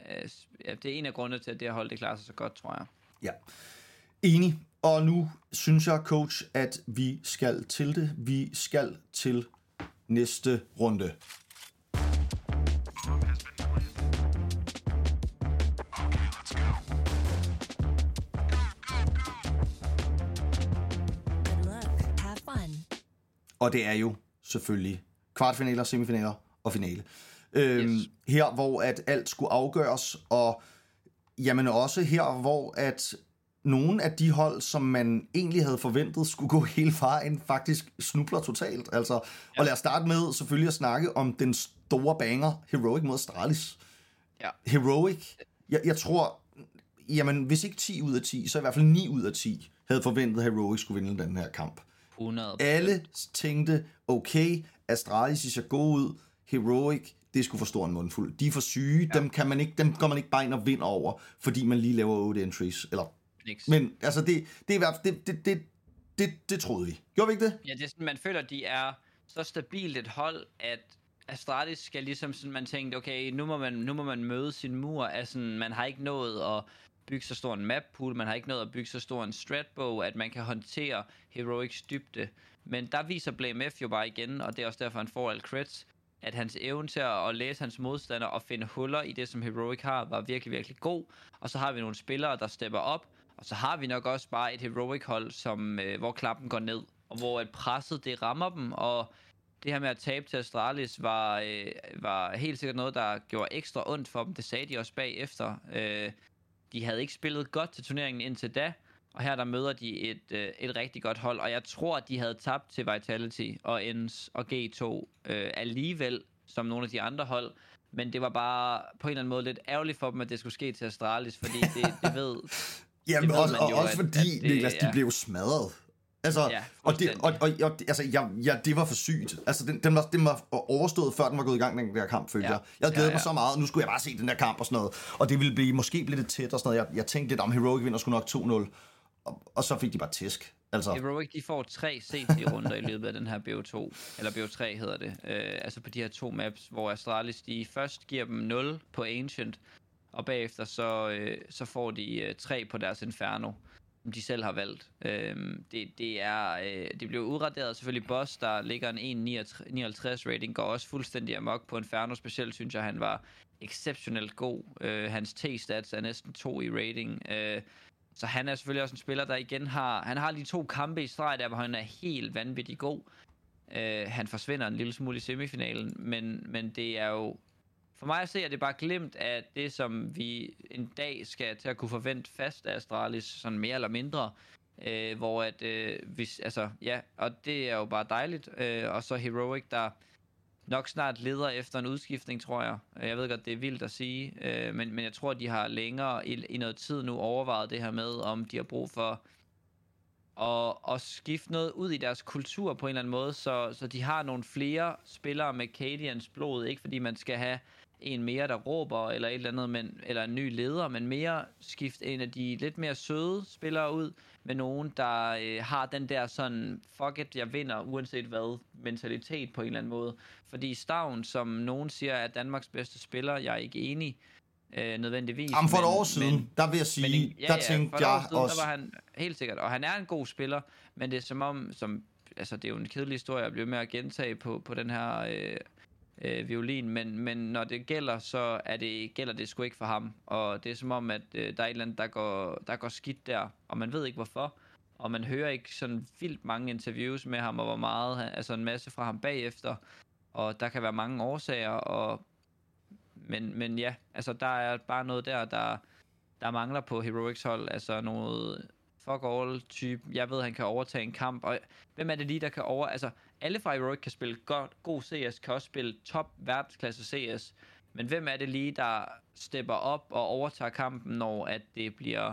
S2: ja, det er en af grundene til, at det her hold, det klarer sig så godt, tror jeg.
S1: Ja, enig. Og nu synes jeg, coach, at vi skal til det. Vi skal til næste runde. Og det er jo selvfølgelig kvartfinaler, semifinaler og finale. Øhm, yes. Her, hvor at alt skulle afgøres, og jamen også her, hvor at nogle af de hold, som man egentlig havde forventet skulle gå hele vejen, faktisk snubler totalt. Altså, ja. Og lad os starte med selvfølgelig at snakke om den store banger, Heroic mod Astralis. Ja. Heroic, jeg, jeg tror, jamen hvis ikke ti ud af ti, så i hvert fald ni ud af ti havde forventet, at Heroic skulle vinde den her kamp.
S2: hundrede
S1: Alle tænkte, okay, Astralis ser god ud, Heroic, det skulle for stor en mundfuld. De er for syge, ja. dem, kan man ikke, dem går man ikke bare ind og vinder over, fordi man lige laver otte entries. Eller, men altså, det, det, er, det, det, det, det, det troede vi. Gjorde vi ikke det?
S2: Ja, det er sådan, man føler, de er så stabilt et hold, at Astralis skal ligesom sådan, man tænkte, okay, nu må man, nu må man møde sin mur, altså man har ikke nået at bygge så stor en map pool, man har ikke nået at bygge så stor en stratbog, at man kan håndtere Heroics dybde. Men der viser Blame F jo bare igen, og det er også derfor, han får alle crits, at hans evne til at læse hans modstander og finde huller i det, som Heroic har, var virkelig, virkelig god. Og så har vi nogle spillere, der stepper op, og så har vi nok også bare et Heroic-hold, som, øh, hvor klappen går ned, og hvor et presset, det rammer dem, og det her med at tabe til Astralis var, øh, var helt sikkert noget, der gjorde ekstra ondt for dem. Det sagde de også bagefter. Øh, de havde ikke spillet godt til turneringen indtil da, og her der møder de et, øh, et rigtig godt hold, og jeg tror, at de havde tabt til Vitality og Ens og G to øh, alligevel, som nogle af de andre hold, men det var bare på en eller anden måde lidt ærgerligt for dem, at det skulle ske til Astralis, fordi det, det ved...
S1: Jamen,
S2: det ved
S1: også,
S2: man jo,
S1: også
S2: at,
S1: fordi,
S2: at det,
S1: Niklas, de
S2: ja.
S1: blev jo smadret. Altså,
S2: Ja,
S1: og det, og, og, og, altså, ja, ja, det var for sygt. Altså, den, den, var, den var overstået, før den var gået i gang, den der kamp, følte ja. jeg. Jeg havde glædet ja, ja. mig så meget, og nu skulle jeg bare se den der kamp og sådan noget. Og det ville blive, måske blive lidt tæt og sådan noget. Jeg, jeg tænkte lidt om, Heroic vinder sgu nok to nul. Og, og så fik de bare tæsk. Altså.
S2: Heroic, de får tre C T-runder i løbet af den her B O to, eller B O tre hedder det. Øh, altså på de her to maps, hvor Astralis, de først giver dem nul på Ancient, og bagefter så, øh, så får de øh, tre på deres Inferno, som de selv har valgt. Øhm, det, det er øh, det blev udraderet selvfølgelig. Boss, der ligger en en komma nioghalvtreds rating, går også fuldstændig amok på Inferno. Specielt synes jeg, han var exceptionelt god. Øh, hans T-stats er næsten to i rating. Øh, så han er selvfølgelig også en spiller, der igen har... Han har lige to kampe i streg der, hvor han er helt vanvittig god. Øh, han forsvinder en lille smule i semifinalen, men, men det er jo... For mig at se, at det bare glemt af det, som vi en dag skal til at kunne forvente fast af Astralis, sådan mere eller mindre. Øh, hvor at, øh, hvis, altså, ja, og det er jo bare dejligt. Øh, og så Heroic, der nok snart leder efter en udskiftning, tror jeg. Jeg ved godt, det er vildt at sige, øh, men, men jeg tror, de har længere i, i noget tid nu overvejet det her med, om de har brug for at, at skifte noget ud i deres kultur på en eller anden måde, så, så de har nogle flere spillere med Cadians blod, ikke fordi man skal have en mere, der råber, eller et eller andet, men, eller en ny leder, men mere skift en af de lidt mere søde spillere ud, med nogen, der øh, har den der sådan, fuck it, jeg vinder, uanset hvad, mentalitet på en eller anden måde. Fordi Stavn, som nogen siger, er Danmarks bedste spiller, jeg er ikke enig, øh, nødvendigvis.
S1: Jamen for et
S2: men,
S1: år siden,
S2: men,
S1: der vil jeg sige,
S2: men, ja,
S1: der
S2: ja,
S1: tænkte
S2: for et år
S1: jeg
S2: siden,
S1: også...
S2: der var han helt sikkert, og han er en god spiller, men det er som om, som, altså det er jo en kedelig historie, jeg bliver med at gentage på, på den her... Øh, Øh, violin, men, men når det gælder, så er det, gælder det sgu ikke for ham. Og det er som om, at øh, der er et eller andet, der går, der går skidt der, og man ved ikke hvorfor. Og man hører ikke sådan vildt mange interviews med ham, og hvor meget, altså en masse fra ham bagefter. Og der kan være mange årsager, og men, men ja, altså der er bare noget der, der, der mangler på Heroics hold, altså noget fuck all type. Jeg ved, han kan overtage en kamp, og hvem er det lige, der kan over... Altså, alle fra Heroic kan spille godt, god C S, kan også spille top verdensklasse C S, men hvem er det lige, der stepper op og overtager kampen, når at det bliver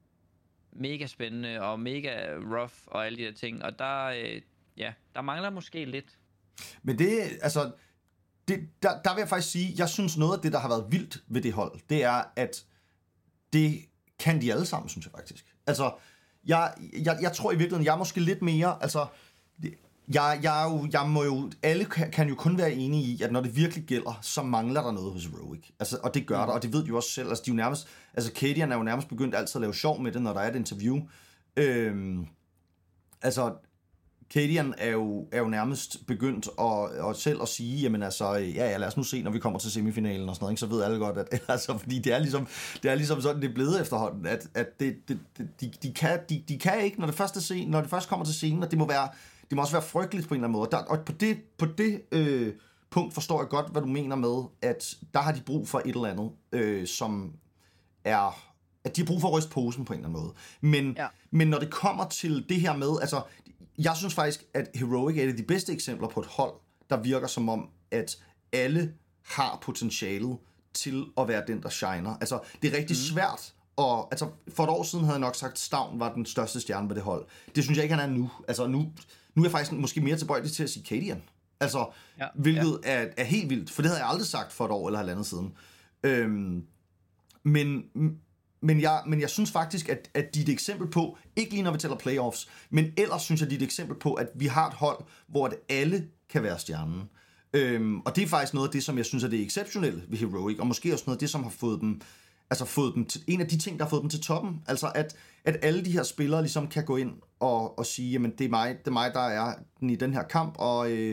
S2: mega spændende og mega rough og alle de der ting, og der, øh, ja, der mangler måske lidt.
S1: Men det, altså, det, der, der vil jeg faktisk sige, jeg synes noget af det, der har været vildt ved det hold, det er, at det kan de alle sammen, synes jeg faktisk. Altså, jeg, jeg, jeg tror i virkeligheden, jeg er måske lidt mere, altså, det, jeg, jeg, er jo, jeg må jo, alle kan, kan jo kun være enige i, at når det virkelig gælder, så mangler der noget hos Heroic. Altså, og det gør der, og det ved de jo også selv. Altså, de er jo nærmest, altså, Cadian er jo nærmest begyndt altid at lave sjov med det, når der er et interview. Øhm, altså, Cadian er jo, er jo nærmest begyndt at, at selv at sige, jamen altså, ja, ja, lad os nu se, når vi kommer til semifinalen og sådan noget, ikke? Så ved alle godt, at altså, fordi det er ligesom, det er ligesom sådan, det er blevet efterhånden, at, at det, det, det, de, de, kan, de, de kan ikke, når det først er scenen, når det først kommer til scenen, og det må være, det må også være frygteligt på en eller anden måde. Der, og på det, på det øh, punkt forstår jeg godt, hvad du mener med, at der har de brug for et eller andet, øh, som er, at de har brug for at ryste posen på en eller anden måde. Men, ja. men når det kommer til det her med, altså, jeg synes faktisk, at Heroic er et af de bedste eksempler på et hold, der virker som om, at alle har potentialet til at være den, der shiner. Altså, det er rigtig mm. svært. Og altså, for et år siden havde jeg nok sagt, at Stavn var den største stjerne på det hold. Det synes jeg ikke, han er nu. Altså, nu, nu er jeg faktisk måske mere tilbøjelig til at sige Cadian. Altså, ja, hvilket ja. Er, er helt vildt, for det havde jeg aldrig sagt for et år eller halvandet siden. Øhm, men... Men jeg, men jeg synes faktisk, at, at de er et eksempel på, ikke lige når vi tæller playoffs, men ellers synes jeg, de er et eksempel på, at vi har et hold, hvor det alle kan være stjernen. Øhm, og det er faktisk noget af det, som jeg synes er det exceptionelle ved Heroic, og måske også noget af det, som har fået dem, altså fået dem til, en af de ting, der har fået dem til toppen. Altså at, at alle de her spillere ligesom kan gå ind og, og sige, jamen det er mig, det er mig, der er den i den her kamp, og, øh,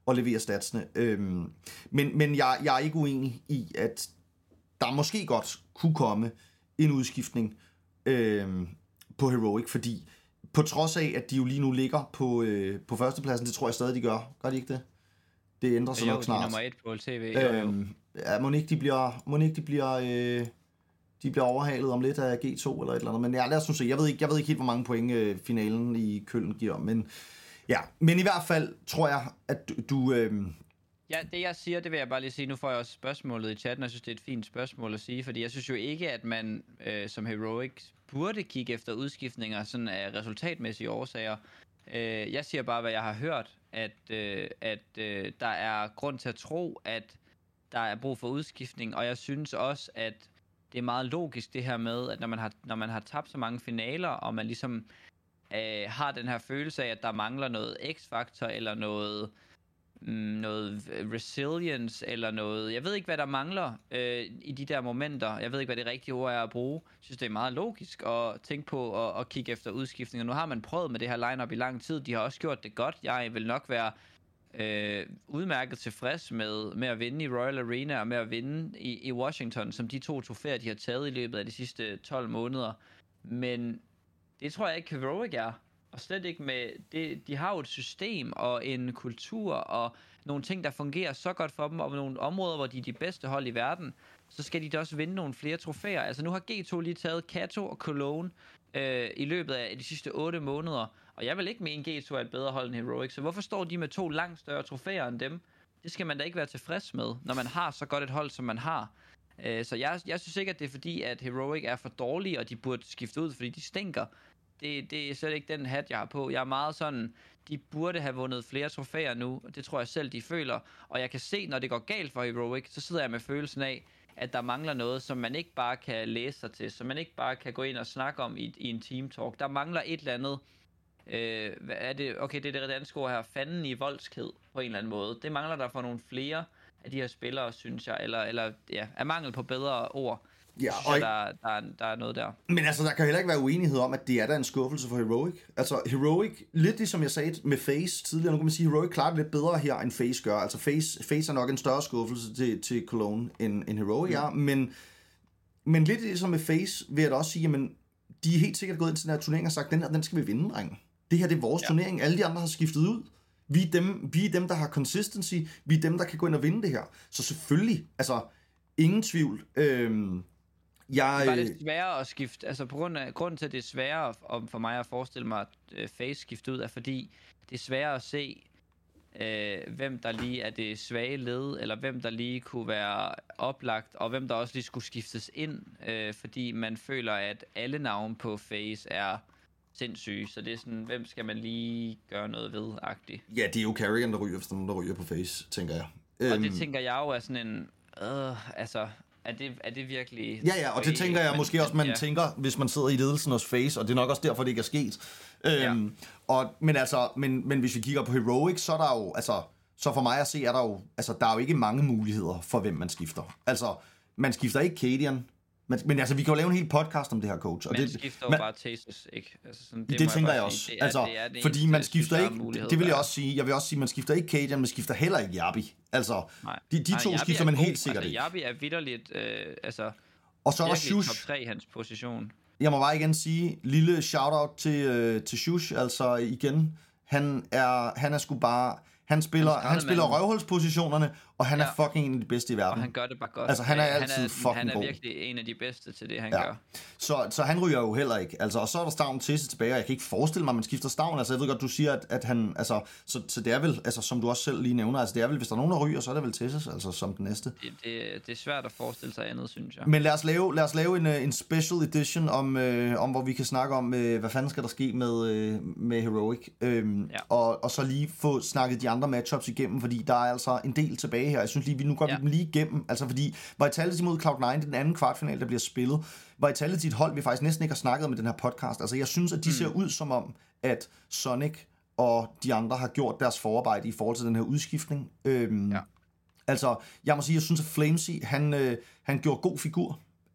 S1: at levere statsene. Øhm, men men jeg, jeg er ikke uenig i, at der måske godt kunne komme en udskiftning øhm, på Heroic, fordi på trods af, at de jo lige nu ligger på, øh, på førstepladsen, det tror jeg stadig, de gør. Gør de ikke det? Det ændrer sig
S2: jo,
S1: nok snart.
S2: Jo, nummer et på T V.
S1: Øhm, ja, må ikke de bliver, må ikke de bliver, øh, de bliver overhalet om lidt af G to eller et eller andet. Men ja, lad os nu se. Jeg ved ikke, jeg ved ikke helt, hvor mange point øh, finalen i Køln giver. Men ja, men i hvert fald tror jeg, at du... du øh,
S2: Ja, det jeg siger, det vil jeg bare lige sige. Nu får jeg også spørgsmålet i chatten, og jeg synes, det er et fint spørgsmål at sige, fordi jeg synes jo ikke, at man øh, som Heroic burde kigge efter udskiftninger sådan af resultatmæssige årsager. Øh, jeg siger bare, hvad jeg har hørt, at, øh, at øh, der er grund til at tro, at der er brug for udskiftning, og jeg synes også, at det er meget logisk det her med, at når man har, når man har tabt så mange finaler, og man ligesom øh, har den her følelse af, at der mangler noget x-faktor, eller noget... noget resilience eller noget, jeg ved ikke hvad der mangler øh, i de der momenter, jeg ved ikke hvad det rigtige ord er at bruge. Jeg synes det er meget logisk at tænke på at, at kigge efter udskiftninger. Nu har man prøvet med det her lineup i lang tid, de har også gjort det godt. Jeg vil nok være øh, udmærket tilfreds med, med at vinde i Royal Arena og med at vinde i, i Washington, som de to trofæer de har taget i løbet af de sidste tolv måneder, men det tror jeg ikke Heroic er. Og slet ikke med det, de har jo et system og en kultur og nogle ting, der fungerer så godt for dem, og nogle områder, hvor de er de bedste hold i verden, så skal de da også vinde nogle flere trofæer. Altså nu har G to lige taget Kato og Cologne øh, i løbet af de sidste otte måneder, og jeg vil ikke mene, G to er et bedre hold end Heroic, så hvorfor står de med to langt større trofæer end dem? Det skal man da ikke være tilfreds med, når man har så godt et hold, som man har. Øh, så jeg, jeg synes ikke, at det er fordi, at Heroic er for dårlige, og de burde skifte ud, fordi de stinker. Det, det er slet ikke den hat, jeg har på. Jeg er meget sådan, de burde have vundet flere trofæer nu. Det tror jeg selv, de føler. Og jeg kan se, når det går galt for Heroic, så sidder jeg med følelsen af, at der mangler noget, som man ikke bare kan læse sig til, som man ikke bare kan gå ind og snakke om i, i en team talk. Der mangler et eller andet. Øh, hvad er det? Okay, det er det danske ord her. Fanden i voldskhed på en eller anden måde. Det mangler der for nogle flere af de her spillere, synes jeg. Eller, eller ja, er mangel på bedre ord. Ja, og jeg, der, der, er, der er noget der.
S1: Men altså, der kan heller ikke være uenighed om, at det er der en skuffelse for Heroic. Altså, Heroic, lidt ligesom jeg sagde med FaZe tidligere, nu kan man sige, at Heroic klarer det lidt bedre her, end FaZe gør. Altså, FaZe, FaZe er nok en større skuffelse til, til Cologne, end, end Heroic er. Mm. Men, men lidt ligesom med FaZe, vil jeg da også sige, at de er helt sikkert gået ind til den her turnering og sagt, den her, den skal vi vinde, drenge. Det her, det er vores ja. turnering. Alle de andre har skiftet ud. Vi er, dem, vi er dem, der har consistency. Vi er dem, der kan gå ind og vinde det her. Så selvfølgelig, altså, ingen tvivl. Øhm,
S2: Jeg, det var det sværere at skifte, altså på grund af, grunden til, at det er sværere om for mig at forestille mig, at uh, FaZe skifte ud, er fordi det er sværere at se, uh, hvem der lige er det svage led, eller hvem der lige kunne være oplagt, og hvem der også lige skulle skiftes ind, uh, fordi man føler, at alle navne på FaZe er sindssyge, så det er sådan, hvem skal man lige gøre noget ved-agtigt.
S1: Ja, det er jo Carrigan, der ryger, hvis der er nogen, der ryger på FaZe, tænker jeg.
S2: Og um... det tænker jeg jo er sådan en, øh, altså... Er det, er det virkelig...
S1: Ja, ja, og det tænker jeg men, måske også, man ja. tænker, hvis man sidder i ledelsen hos FaZe, og det er nok også derfor, det ikke er sket. Ja. Øhm, og, men, altså, men, men hvis vi kigger på Heroic, så er der jo, altså, så for mig at se, er der jo, altså, der er jo ikke mange muligheder for, hvem man skifter. Altså, man skifter ikke Cadian, men, men altså, vi kan jo lave en hel podcast om det her, coach. Og
S2: man
S1: det,
S2: skifter jo
S1: man,
S2: bare Tasus, ikke? Altså, sådan, det
S1: det tænker jeg, jeg også. Det er, altså, det er det fordi man skifter ikke, det vil jeg også sige, jeg vil også sige, man skifter ikke Cadian, man skifter heller ikke Yabi. Altså, Nej. de, de to Nej, skifter man helt sikkert
S2: altså, ikke. Yabi er vitterligt, øh, altså,
S1: og så er der Shush.
S2: top tre i hans position.
S1: Jeg må bare igen sige, lille shout-out til, øh, til Shush, altså igen, han er, han er sgu bare, han spiller, han, han spiller røvhulspositionerne, og han ja. er fucking en af de bedste i verden.
S2: Og han gør det bare godt.
S1: Altså, han er altid han er, fucking god.
S2: Han er god. virkelig en af de bedste til det, han
S1: ja.
S2: gør.
S1: Så, så han ryger jo heller ikke. Altså, og så er der Stavn til sig tilbage, og jeg kan ikke forestille mig, at man skifter Stavn. Altså, jeg ved godt, du siger, at, at han, altså, så, så det er vel, altså, som du også selv lige nævner, altså, det er vel, hvis der er nogen, der ryger, så er det vel Tessus, altså, som den næste.
S2: Det, det, det er svært at forestille sig andet, synes jeg.
S1: Men lad os lave, lad os lave en, en special edition om, øh, om, hvor vi kan snakke om, øh, hvad fanden skal der ske med, øh, med Heroic. Øhm, ja. og, og så lige få snakket de andre matchups igennem, fordi der er altså en del tilbage her. Jeg synes lige, vi nu går ja. vi dem lige igennem, altså fordi Vitality mod Cloud nine, det er den anden kvartfinal, der bliver spillet. Vitality et hold, vi faktisk næsten ikke har snakket om i den her podcast. Altså jeg synes, at de mm. ser ud som om, at Sonic og de andre har gjort deres forarbejde i forhold til den her udskiftning. Øhm, ja. Altså, jeg må sige, jeg synes, at Flamesy, han, øh, han gjorde god figur.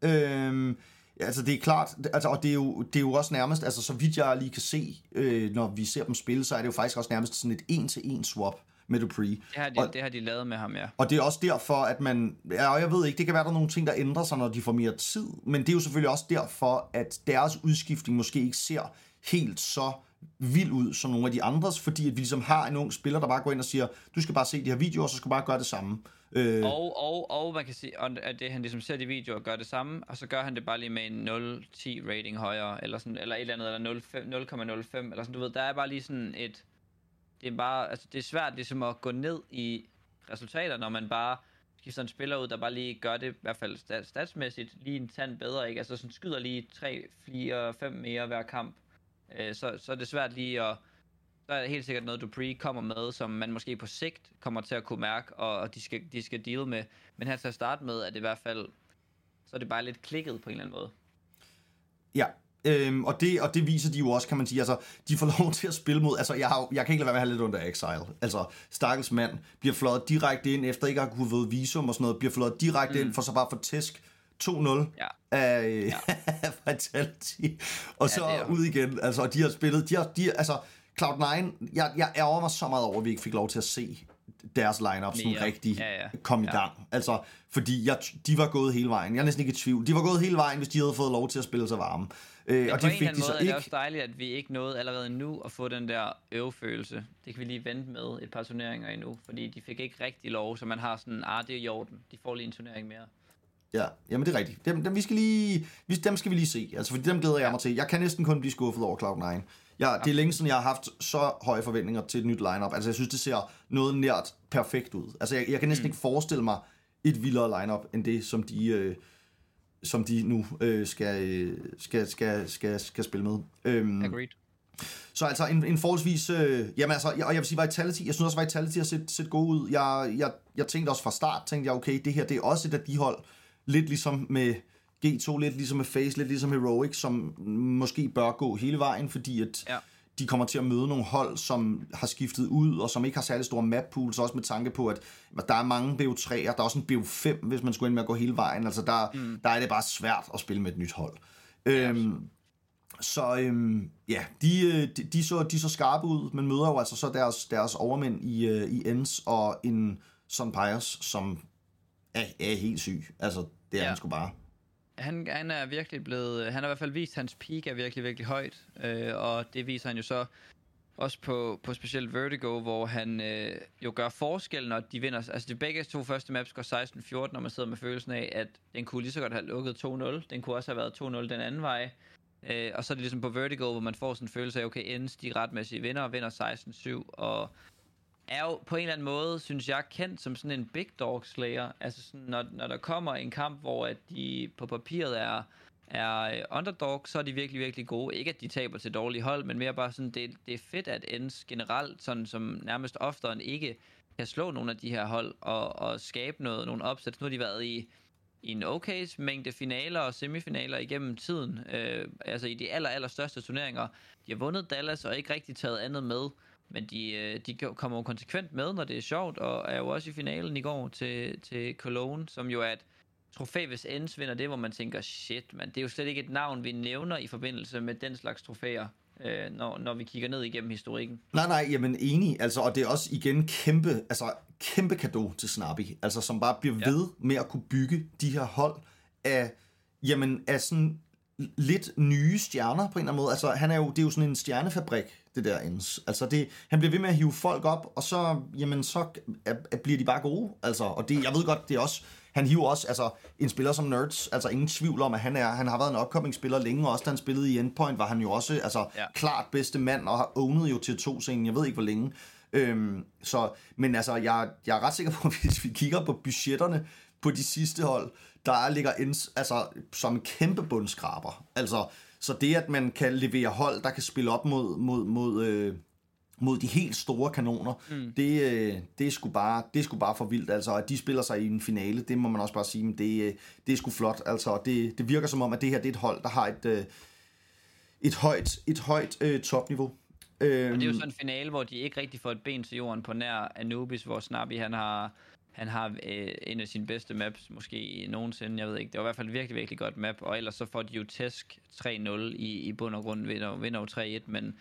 S1: Øhm, altså det er klart, altså, og det er, jo, det er jo også nærmest, altså så vidt jeg lige kan se, øh, når vi ser dem spille, så er det jo faktisk også nærmest sådan et en-til-en swap med Dupree.
S2: Det har de, og, det har de lavet med ham, ja.
S1: Og det er også derfor, at man... Ja, og jeg ved ikke, det kan være, der er nogle ting, der ændrer sig, når de får mere tid. Men det er jo selvfølgelig også derfor, at deres udskiftning måske ikke ser helt så vild ud som nogle af de andres, fordi at vi ligesom har en ung spiller, der bare går ind og siger, du skal bare se de her videoer, og så skal du bare gøre det samme.
S2: Øh. Og, og, og man kan sige, at det han ligesom ser de videoer og gør det samme, og så gør han det bare lige med en nul ti rating højere, eller sådan, eller et eller andet, eller nul komma nul fem, eller sådan, du ved, der er bare lige sådan et, det er bare, altså det er svært ligesom at gå ned i resultater, når man bare skifter en spiller ud, der bare lige gør det, i hvert fald statsmæssigt, lige en tand bedre, ikke? Altså sådan skyder lige tre, fire, fem mere hver kamp, øh, så, så er det svært lige at, så er det helt sikkert noget, Dupree kommer med, som man måske på sigt kommer til at kunne mærke, og de skal, de skal deal med. Men her til at starte med, at det i hvert fald, så er det bare lidt klikket på en eller anden måde.
S1: Ja, øhm, og, det, og det viser de jo også, kan man sige. Altså, de får lov til at spille mod... Altså, jeg, har, jeg kan ikke lade være med at have lidt under Exile. Altså, stakkels mand bliver fløjet direkte ind, efter ikke at have kunne få visum og sådan noget, bliver fløjet direkte mm. ind, for så bare for tæsk to nul
S2: ja.
S1: af
S2: ja.
S1: Vitality. Og så ja, ud igen. Altså, og de har spillet... De har, de, altså, Cloud nine, jeg, jeg ærger mig så meget over, at vi ikke fik lov til at se deres line-up sådan rigtig
S2: ja, ja.
S1: kom i gang. Ja. Altså, fordi jeg, de var gået hele vejen. Jeg er næsten ikke i tvivl. De var gået hele vejen, hvis de havde fået lov til at spille sig varme.
S2: Øh, og det fik de så ikke. Det er også dejligt, at vi ikke nåede allerede nu at få den der øvefølelse. Det kan vi lige vente med et par turneringer endnu, fordi de fik ikke rigtig lov, så man har sådan, ah, det er i orden. De får lige en turnering mere.
S1: Ja, jamen det er rigtigt. Dem, dem, vi skal lige, vi, dem skal vi lige se. Altså, fordi dem glæder jeg mig til. Jeg kan næsten kun blive skuffet over Cloud nine. Ja, det er længe siden, jeg har haft så høje forventninger til et nyt lineup. Altså, jeg synes, det ser noget nært perfekt ud. Altså, jeg, jeg kan næsten mm. ikke forestille mig et vildere lineup end det, som de, øh, som de nu øh, skal, øh, skal, skal, skal, skal spille med. Øhm,
S2: Agreed.
S1: Så altså, en, en forholdsvis... Øh, jamen altså, jeg, og jeg vil sige Vitality. Jeg synes også, Vitality har set, set god ud. Jeg, jeg, jeg tænkte også fra start, tænkte jeg, okay, det her, det er også et af de hold, lidt ligesom med G to, lidt ligesom med FaZe, lidt ligesom Heroic, som måske bør gå hele vejen, fordi at ja. de kommer til at møde nogle hold, som har skiftet ud, og som ikke har særlig store map pools, også med tanke på, at der er mange B O tre'er, der er også en B O fem, hvis man skulle ind med at gå hele vejen. Altså, der, mm. der er det bare svært at spille med et nyt hold. Ja, øhm, så øhm, ja, de, de, de, så, de så skarpe ud, men møder jo altså så deres, deres overmænd i, uh, i Ends og en Sunpires, som er, er helt syg. Altså, det er ja. han sgu bare.
S2: Han, han er virkelig blevet, han har i hvert fald vist, at hans peak er virkelig, virkelig højt, øh, og det viser han jo så også på, på specielt Vertigo, hvor han øh, jo gør forskel, når de vinder. Altså de begge to første maps går seksten fjorten, når man sidder med følelsen af, at den kunne lige så godt have lukket to nul, den kunne også have været to nul den anden vej, øh, og så er det ligesom på Vertigo, hvor man får sådan en følelse af, okay, Ends de retmæssige vinder, og vinder seksten syv, og er jo på en eller anden måde, synes jeg, kendt som sådan en big dog slayer. Altså sådan, når, når der kommer en kamp, hvor at de på papiret er, er underdog, så er de virkelig, virkelig gode. Ikke at de taber til dårlige hold, men mere bare sådan, det, det er fedt at Ends generelt, sådan som nærmest oftere end ikke, kan slå nogle af de her hold og, og skabe noget, nogle opsæt. Nu har de været i, i en okay mængde finaler og semifinaler igennem tiden. Øh, altså i de aller, aller største turneringer. De har vundet Dallas og ikke rigtig taget andet med. Men de, de kommer jo konsekvent med, når det er sjovt, og er jo også i finalen i går til, til Cologne, som jo er et trofæ, hvis Ends vinder det, hvor man tænker, shit, man, det er jo slet ikke et navn, vi nævner i forbindelse med den slags trofæer, øh, når, når vi kigger ned igennem historikken.
S1: Nej, nej, jamen enig, altså, og det er også igen kæmpe, altså kæmpe cadeau til Snappy, altså som bare bliver ja. ved med at kunne bygge de her hold af, jamen, af sådan lidt nye stjerner på en eller anden måde. Altså, han er jo, det er jo sådan en stjernefabrik, det der Ends. Altså, det, han bliver ved med at hive folk op, og så, jamen, så er, er, bliver de bare gode. Altså, og det, jeg ved godt, det er også, han hiver også, altså, en spiller som Nerds, altså ingen tvivl om, at han er, han har været en upcoming-spiller længe, og også da han spillede i Endpoint, var han jo også, altså, ja. klart bedste mand, og har ownet jo til to-scenen, jeg ved ikke hvor længe. Øhm, så, men altså, jeg, jeg er ret sikker på, at hvis vi kigger på budgetterne på de sidste hold, der ligger Ends, altså, som en kæmpe bundskraber. Altså, så det, at man kan levere hold, der kan spille op mod, mod, mod, øh, mod de helt store kanoner, mm. det, øh, det, er sgu bare, det er sgu bare for vildt. Altså, at de spiller sig i en finale, det må man også bare sige, men det, øh, det er sgu flot. Altså, det, det virker som om, at det her det er et hold, der har et, øh, et højt, et højt øh, topniveau.
S2: Øhm, og det er jo sådan en finale, hvor de ikke rigtig får et ben til jorden på nær Anubis, hvor Snappy, han har... Han har øh, en af sine bedste maps, måske nogensinde, jeg ved ikke. Det var i hvert fald et virkelig, virkelig godt map, og ellers så får de jo tæsk tre nul i, i bund og grund, vinder, vinder jo tre et, men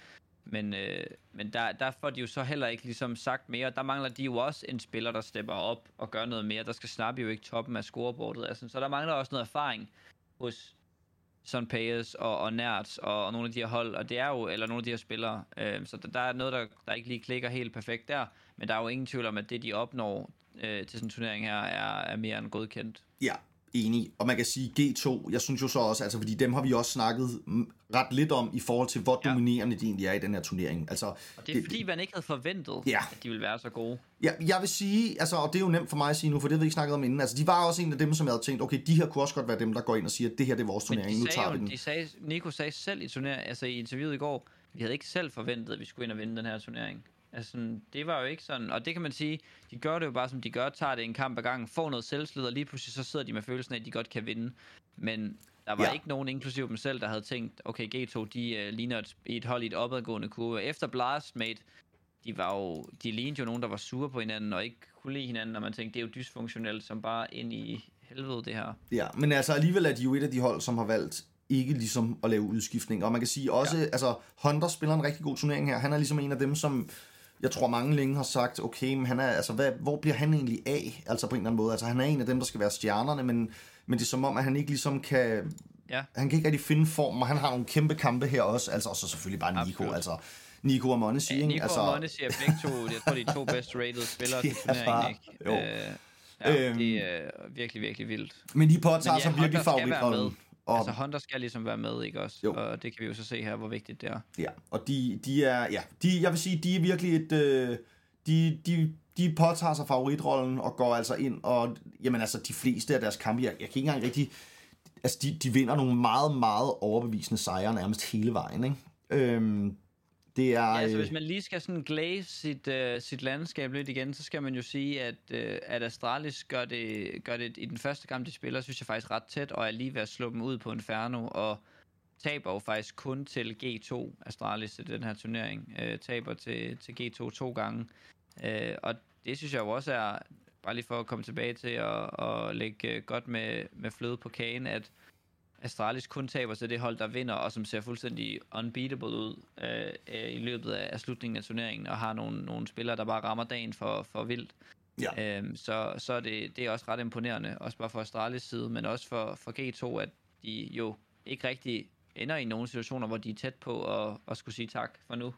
S2: Men, øh, men der, der får de jo så heller ikke ligesom sagt mere. Der mangler de jo også en spiller, der stepper op og gør noget mere. Der skal Snappy jo ikke toppen af scoreboardet. Altså, så der mangler også noget erfaring hos Sun Payers og, og Nerds og, og nogle af de her hold. Og det er jo, eller nogle af de her spillere. Øh, så der, der er noget, der, der ikke lige klikker helt perfekt der. Men der er jo ingen tvivl om, at det de opnår øh, til sådan en turnering her, er, er mere end godkendt.
S1: Ja, enig. Og man kan sige G to, jeg synes jo så også, altså fordi dem har vi også snakket ret lidt om i forhold til, hvor ja. dominerende de egentlig er i den her turnering. Altså,
S2: og det er det, fordi, man ikke havde forventet,
S1: ja.
S2: at de ville være så gode.
S1: Ja, jeg vil sige, altså, og det er jo nemt for mig at sige nu, for det har vi ikke snakket om inden, altså de var også en af dem, som jeg havde tænkt, okay, de her kunne også godt være dem, der går ind og siger, at det her det er vores turnering, nu tager
S2: jo,
S1: vi den.
S2: De sagde, Nico sagde selv i, turner, altså i interviewet i går, vi havde ikke selv forventet, at vi skulle ind og vinde den her turnering. Altså, det var jo ikke sådan, og det kan man sige, de gør det jo bare som de gør, tager det en kamp ad gangen, får noget selvslid, og lige pludselig så sidder de med følelsen af, at de godt kan vinde. Men der var ja. ikke nogen, inklusive dem selv, der havde tænkt, okay, G to, de uh, ligner et, et hold i et opadgående kurve. Efter Blastmate, de var jo, de lignede jo nogen, der var sure på hinanden, og ikke kunne lide hinanden, og man tænkte, det er jo dysfunktionelt, som bare ind i helvede, det her.
S1: Ja, men altså alligevel er de jo et af de hold, som har valgt ikke ligesom at lave udskiftning. Og man kan sige også, ja. altså Hunter spiller en rigtig god turnering her. Han er ligesom en af dem, som jeg tror mange længe har sagt, okay, men han er, altså, hvad, hvor bliver han egentlig af? Altså på en eller anden måde. Altså han er en af dem, der skal være stjernerne, men, men det er som om, at han ikke ligesom kan, ja. han kan ikke rigtig finde form, og han har nogle kæmpe kampe her også. Altså og så selvfølgelig bare Nico, Absolut. altså Nico og Monesi.
S2: Ja, Nico
S1: altså,
S2: og Monesi er begge to, jeg tror, de er to best rated spillere til turneringen, ikke?
S1: Jo.
S2: Øh, ja, øhm, det er virkelig, virkelig vildt.
S1: Men de påtager sig virkelig favoritrollen.
S2: Og altså Hunter skal ligesom være med, ikke også? Jo. Og det kan vi jo så se her, hvor vigtigt det er.
S1: Ja, og de, de er, ja, de, jeg vil sige, de er virkelig et, øh, de, de, de påtager sig favoritrollen og går altså ind, og jamen altså de fleste af deres kampe, jeg, jeg kan ikke engang rigtig, altså de, de vinder nogle meget, meget overbevisende sejre nærmest hele vejen, ikke? Øhm, det er,
S2: ja, altså hvis man lige skal sådan glaze sit, uh, sit landskab lidt igen, så skal man jo sige, at, uh, at Astralis gør det, gør det i den første kamp, de spiller, synes jeg faktisk ret tæt, og er lige ved at slå dem ud på Inferno, og taber jo faktisk kun til G to Astralis i den her turnering. Uh, taber til, til G to to gange. Uh, og det synes jeg jo også er, bare lige for at komme tilbage til at, at lægge godt med, med fløde på kagen, at Astralis kun taber til det hold, der vinder, og som ser fuldstændig unbeatable ud øh, øh, i løbet af, af slutningen af turneringen, og har nogle, nogle spillere, der bare rammer dagen for, for vildt. Ja. Øhm, så så er det, det er også ret imponerende, også bare for Astralis side, men også for, for G to, at de jo ikke rigtig ender i nogle situationer, hvor de er tæt på at, at skulle sige tak for nu.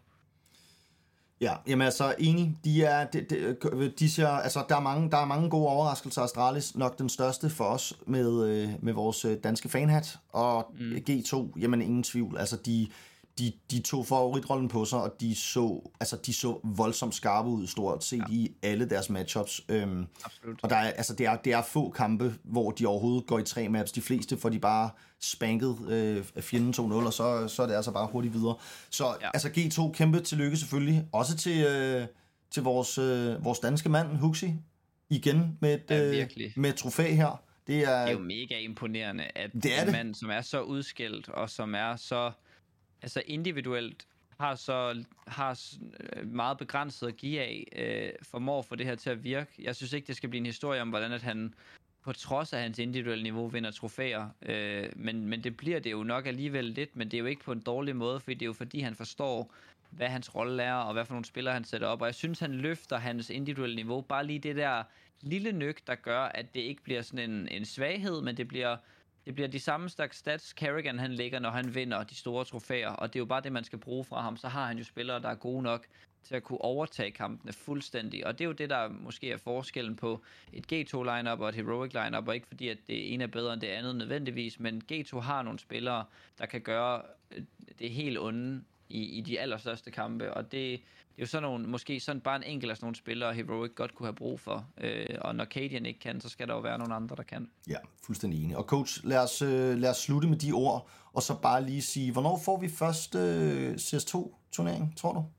S1: Ja, jamen altså enig, de er, de, de, de ser, altså der er mange, der er mange gode overraskelser. Astralis nok den største for os med, med vores danske fanhat, og mm. G to, jamen ingen tvivl, altså de, de, de tog favoritrollen på sig, og de så, altså de så voldsomt skarpe ud, stort set ja. i alle deres matchups. Øhm,
S2: Absolut.
S1: Og der er, altså det er, det er få kampe, hvor de overhovedet går i tre maps. De fleste får de bare spanket øh, fjenden to nul, og så, så er det altså bare hurtigt videre. Så ja. altså G to, kæmpe tillykke selvfølgelig. Også til, øh, til vores, øh, vores danske mand, Huxi, igen med et, ja, øh, med et trofæ her. Det er,
S2: det er jo mega imponerende, at
S1: det er
S2: en
S1: det.
S2: mand, som er så udskilt, og som er så altså individuelt, har så har meget begrænset at give af, øh, formår for det her til at virke. Jeg synes ikke, det skal blive en historie om, hvordan at han på trods af hans individuelle niveau vinder trofæer. Øh, men, men det bliver det jo nok alligevel lidt, men det er jo ikke på en dårlig måde, fordi det er jo fordi, han forstår, hvad hans rolle er, og hvad for nogle spillere han sætter op. Og jeg synes, han løfter hans individuelle niveau. Bare lige det der lille nyk, der gør, at det ikke bliver sådan en, en svaghed, men det bliver... Det bliver de samme slags stats, Carrigan han lægger, når han vinder de store trofæer, og det er jo bare det, man skal bruge fra ham. Så har han jo spillere, der er gode nok til at kunne overtage kampene fuldstændig, og det er jo det, der måske er forskellen på et G to lineup og et Heroic lineup, og ikke fordi, at det ene er bedre end det andet nødvendigvis, men G to har nogle spillere, der kan gøre det helt onde i, i de allerstørste kampe, og det, det er jo sådan nogle, måske sådan bare en enkelt af sådan nogle spillere, Heroic godt kunne have brug for. Øh, og når Cadian ikke kan, så skal der jo være nogle andre, der kan.
S1: Ja, fuldstændig enig. Og coach, lad os, øh, lad os slutte med de ord, og så bare lige sige, hvornår får vi første øh, C S to-turnering, tror du?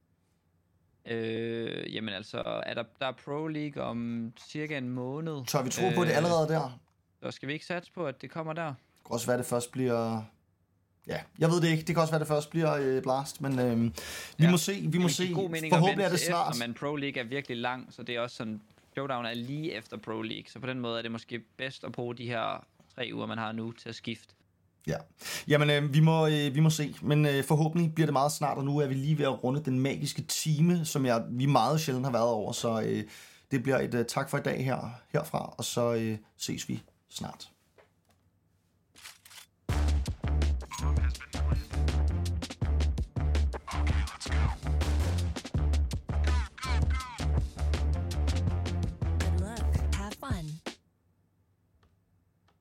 S2: Øh, jamen altså, er der, der er Pro League om cirka en måned.
S1: Tør vi tro øh, på det allerede der?
S2: Så skal vi ikke satse på, at det kommer der?
S1: Det kan også være, det først bliver... Ja, jeg ved det ikke. Det kan også være, det først bliver øh, Blast, men øh, vi ja. må se. Vi må se. Forhåbentlig er det snart.
S2: Efter, men Pro League er virkelig lang, så det er også sådan, Showdown er lige efter Pro League, så på den måde er det måske bedst at bruge de her tre uger, man har nu til at skifte.
S1: Ja, jamen øh, vi, må, øh, vi må se, men øh, forhåbentlig bliver det meget snart, og nu er vi lige ved at runde den magiske time, som jeg, vi meget sjældent har været over, så øh, det bliver et øh, tak for i dag her, herfra, og så øh, ses vi snart.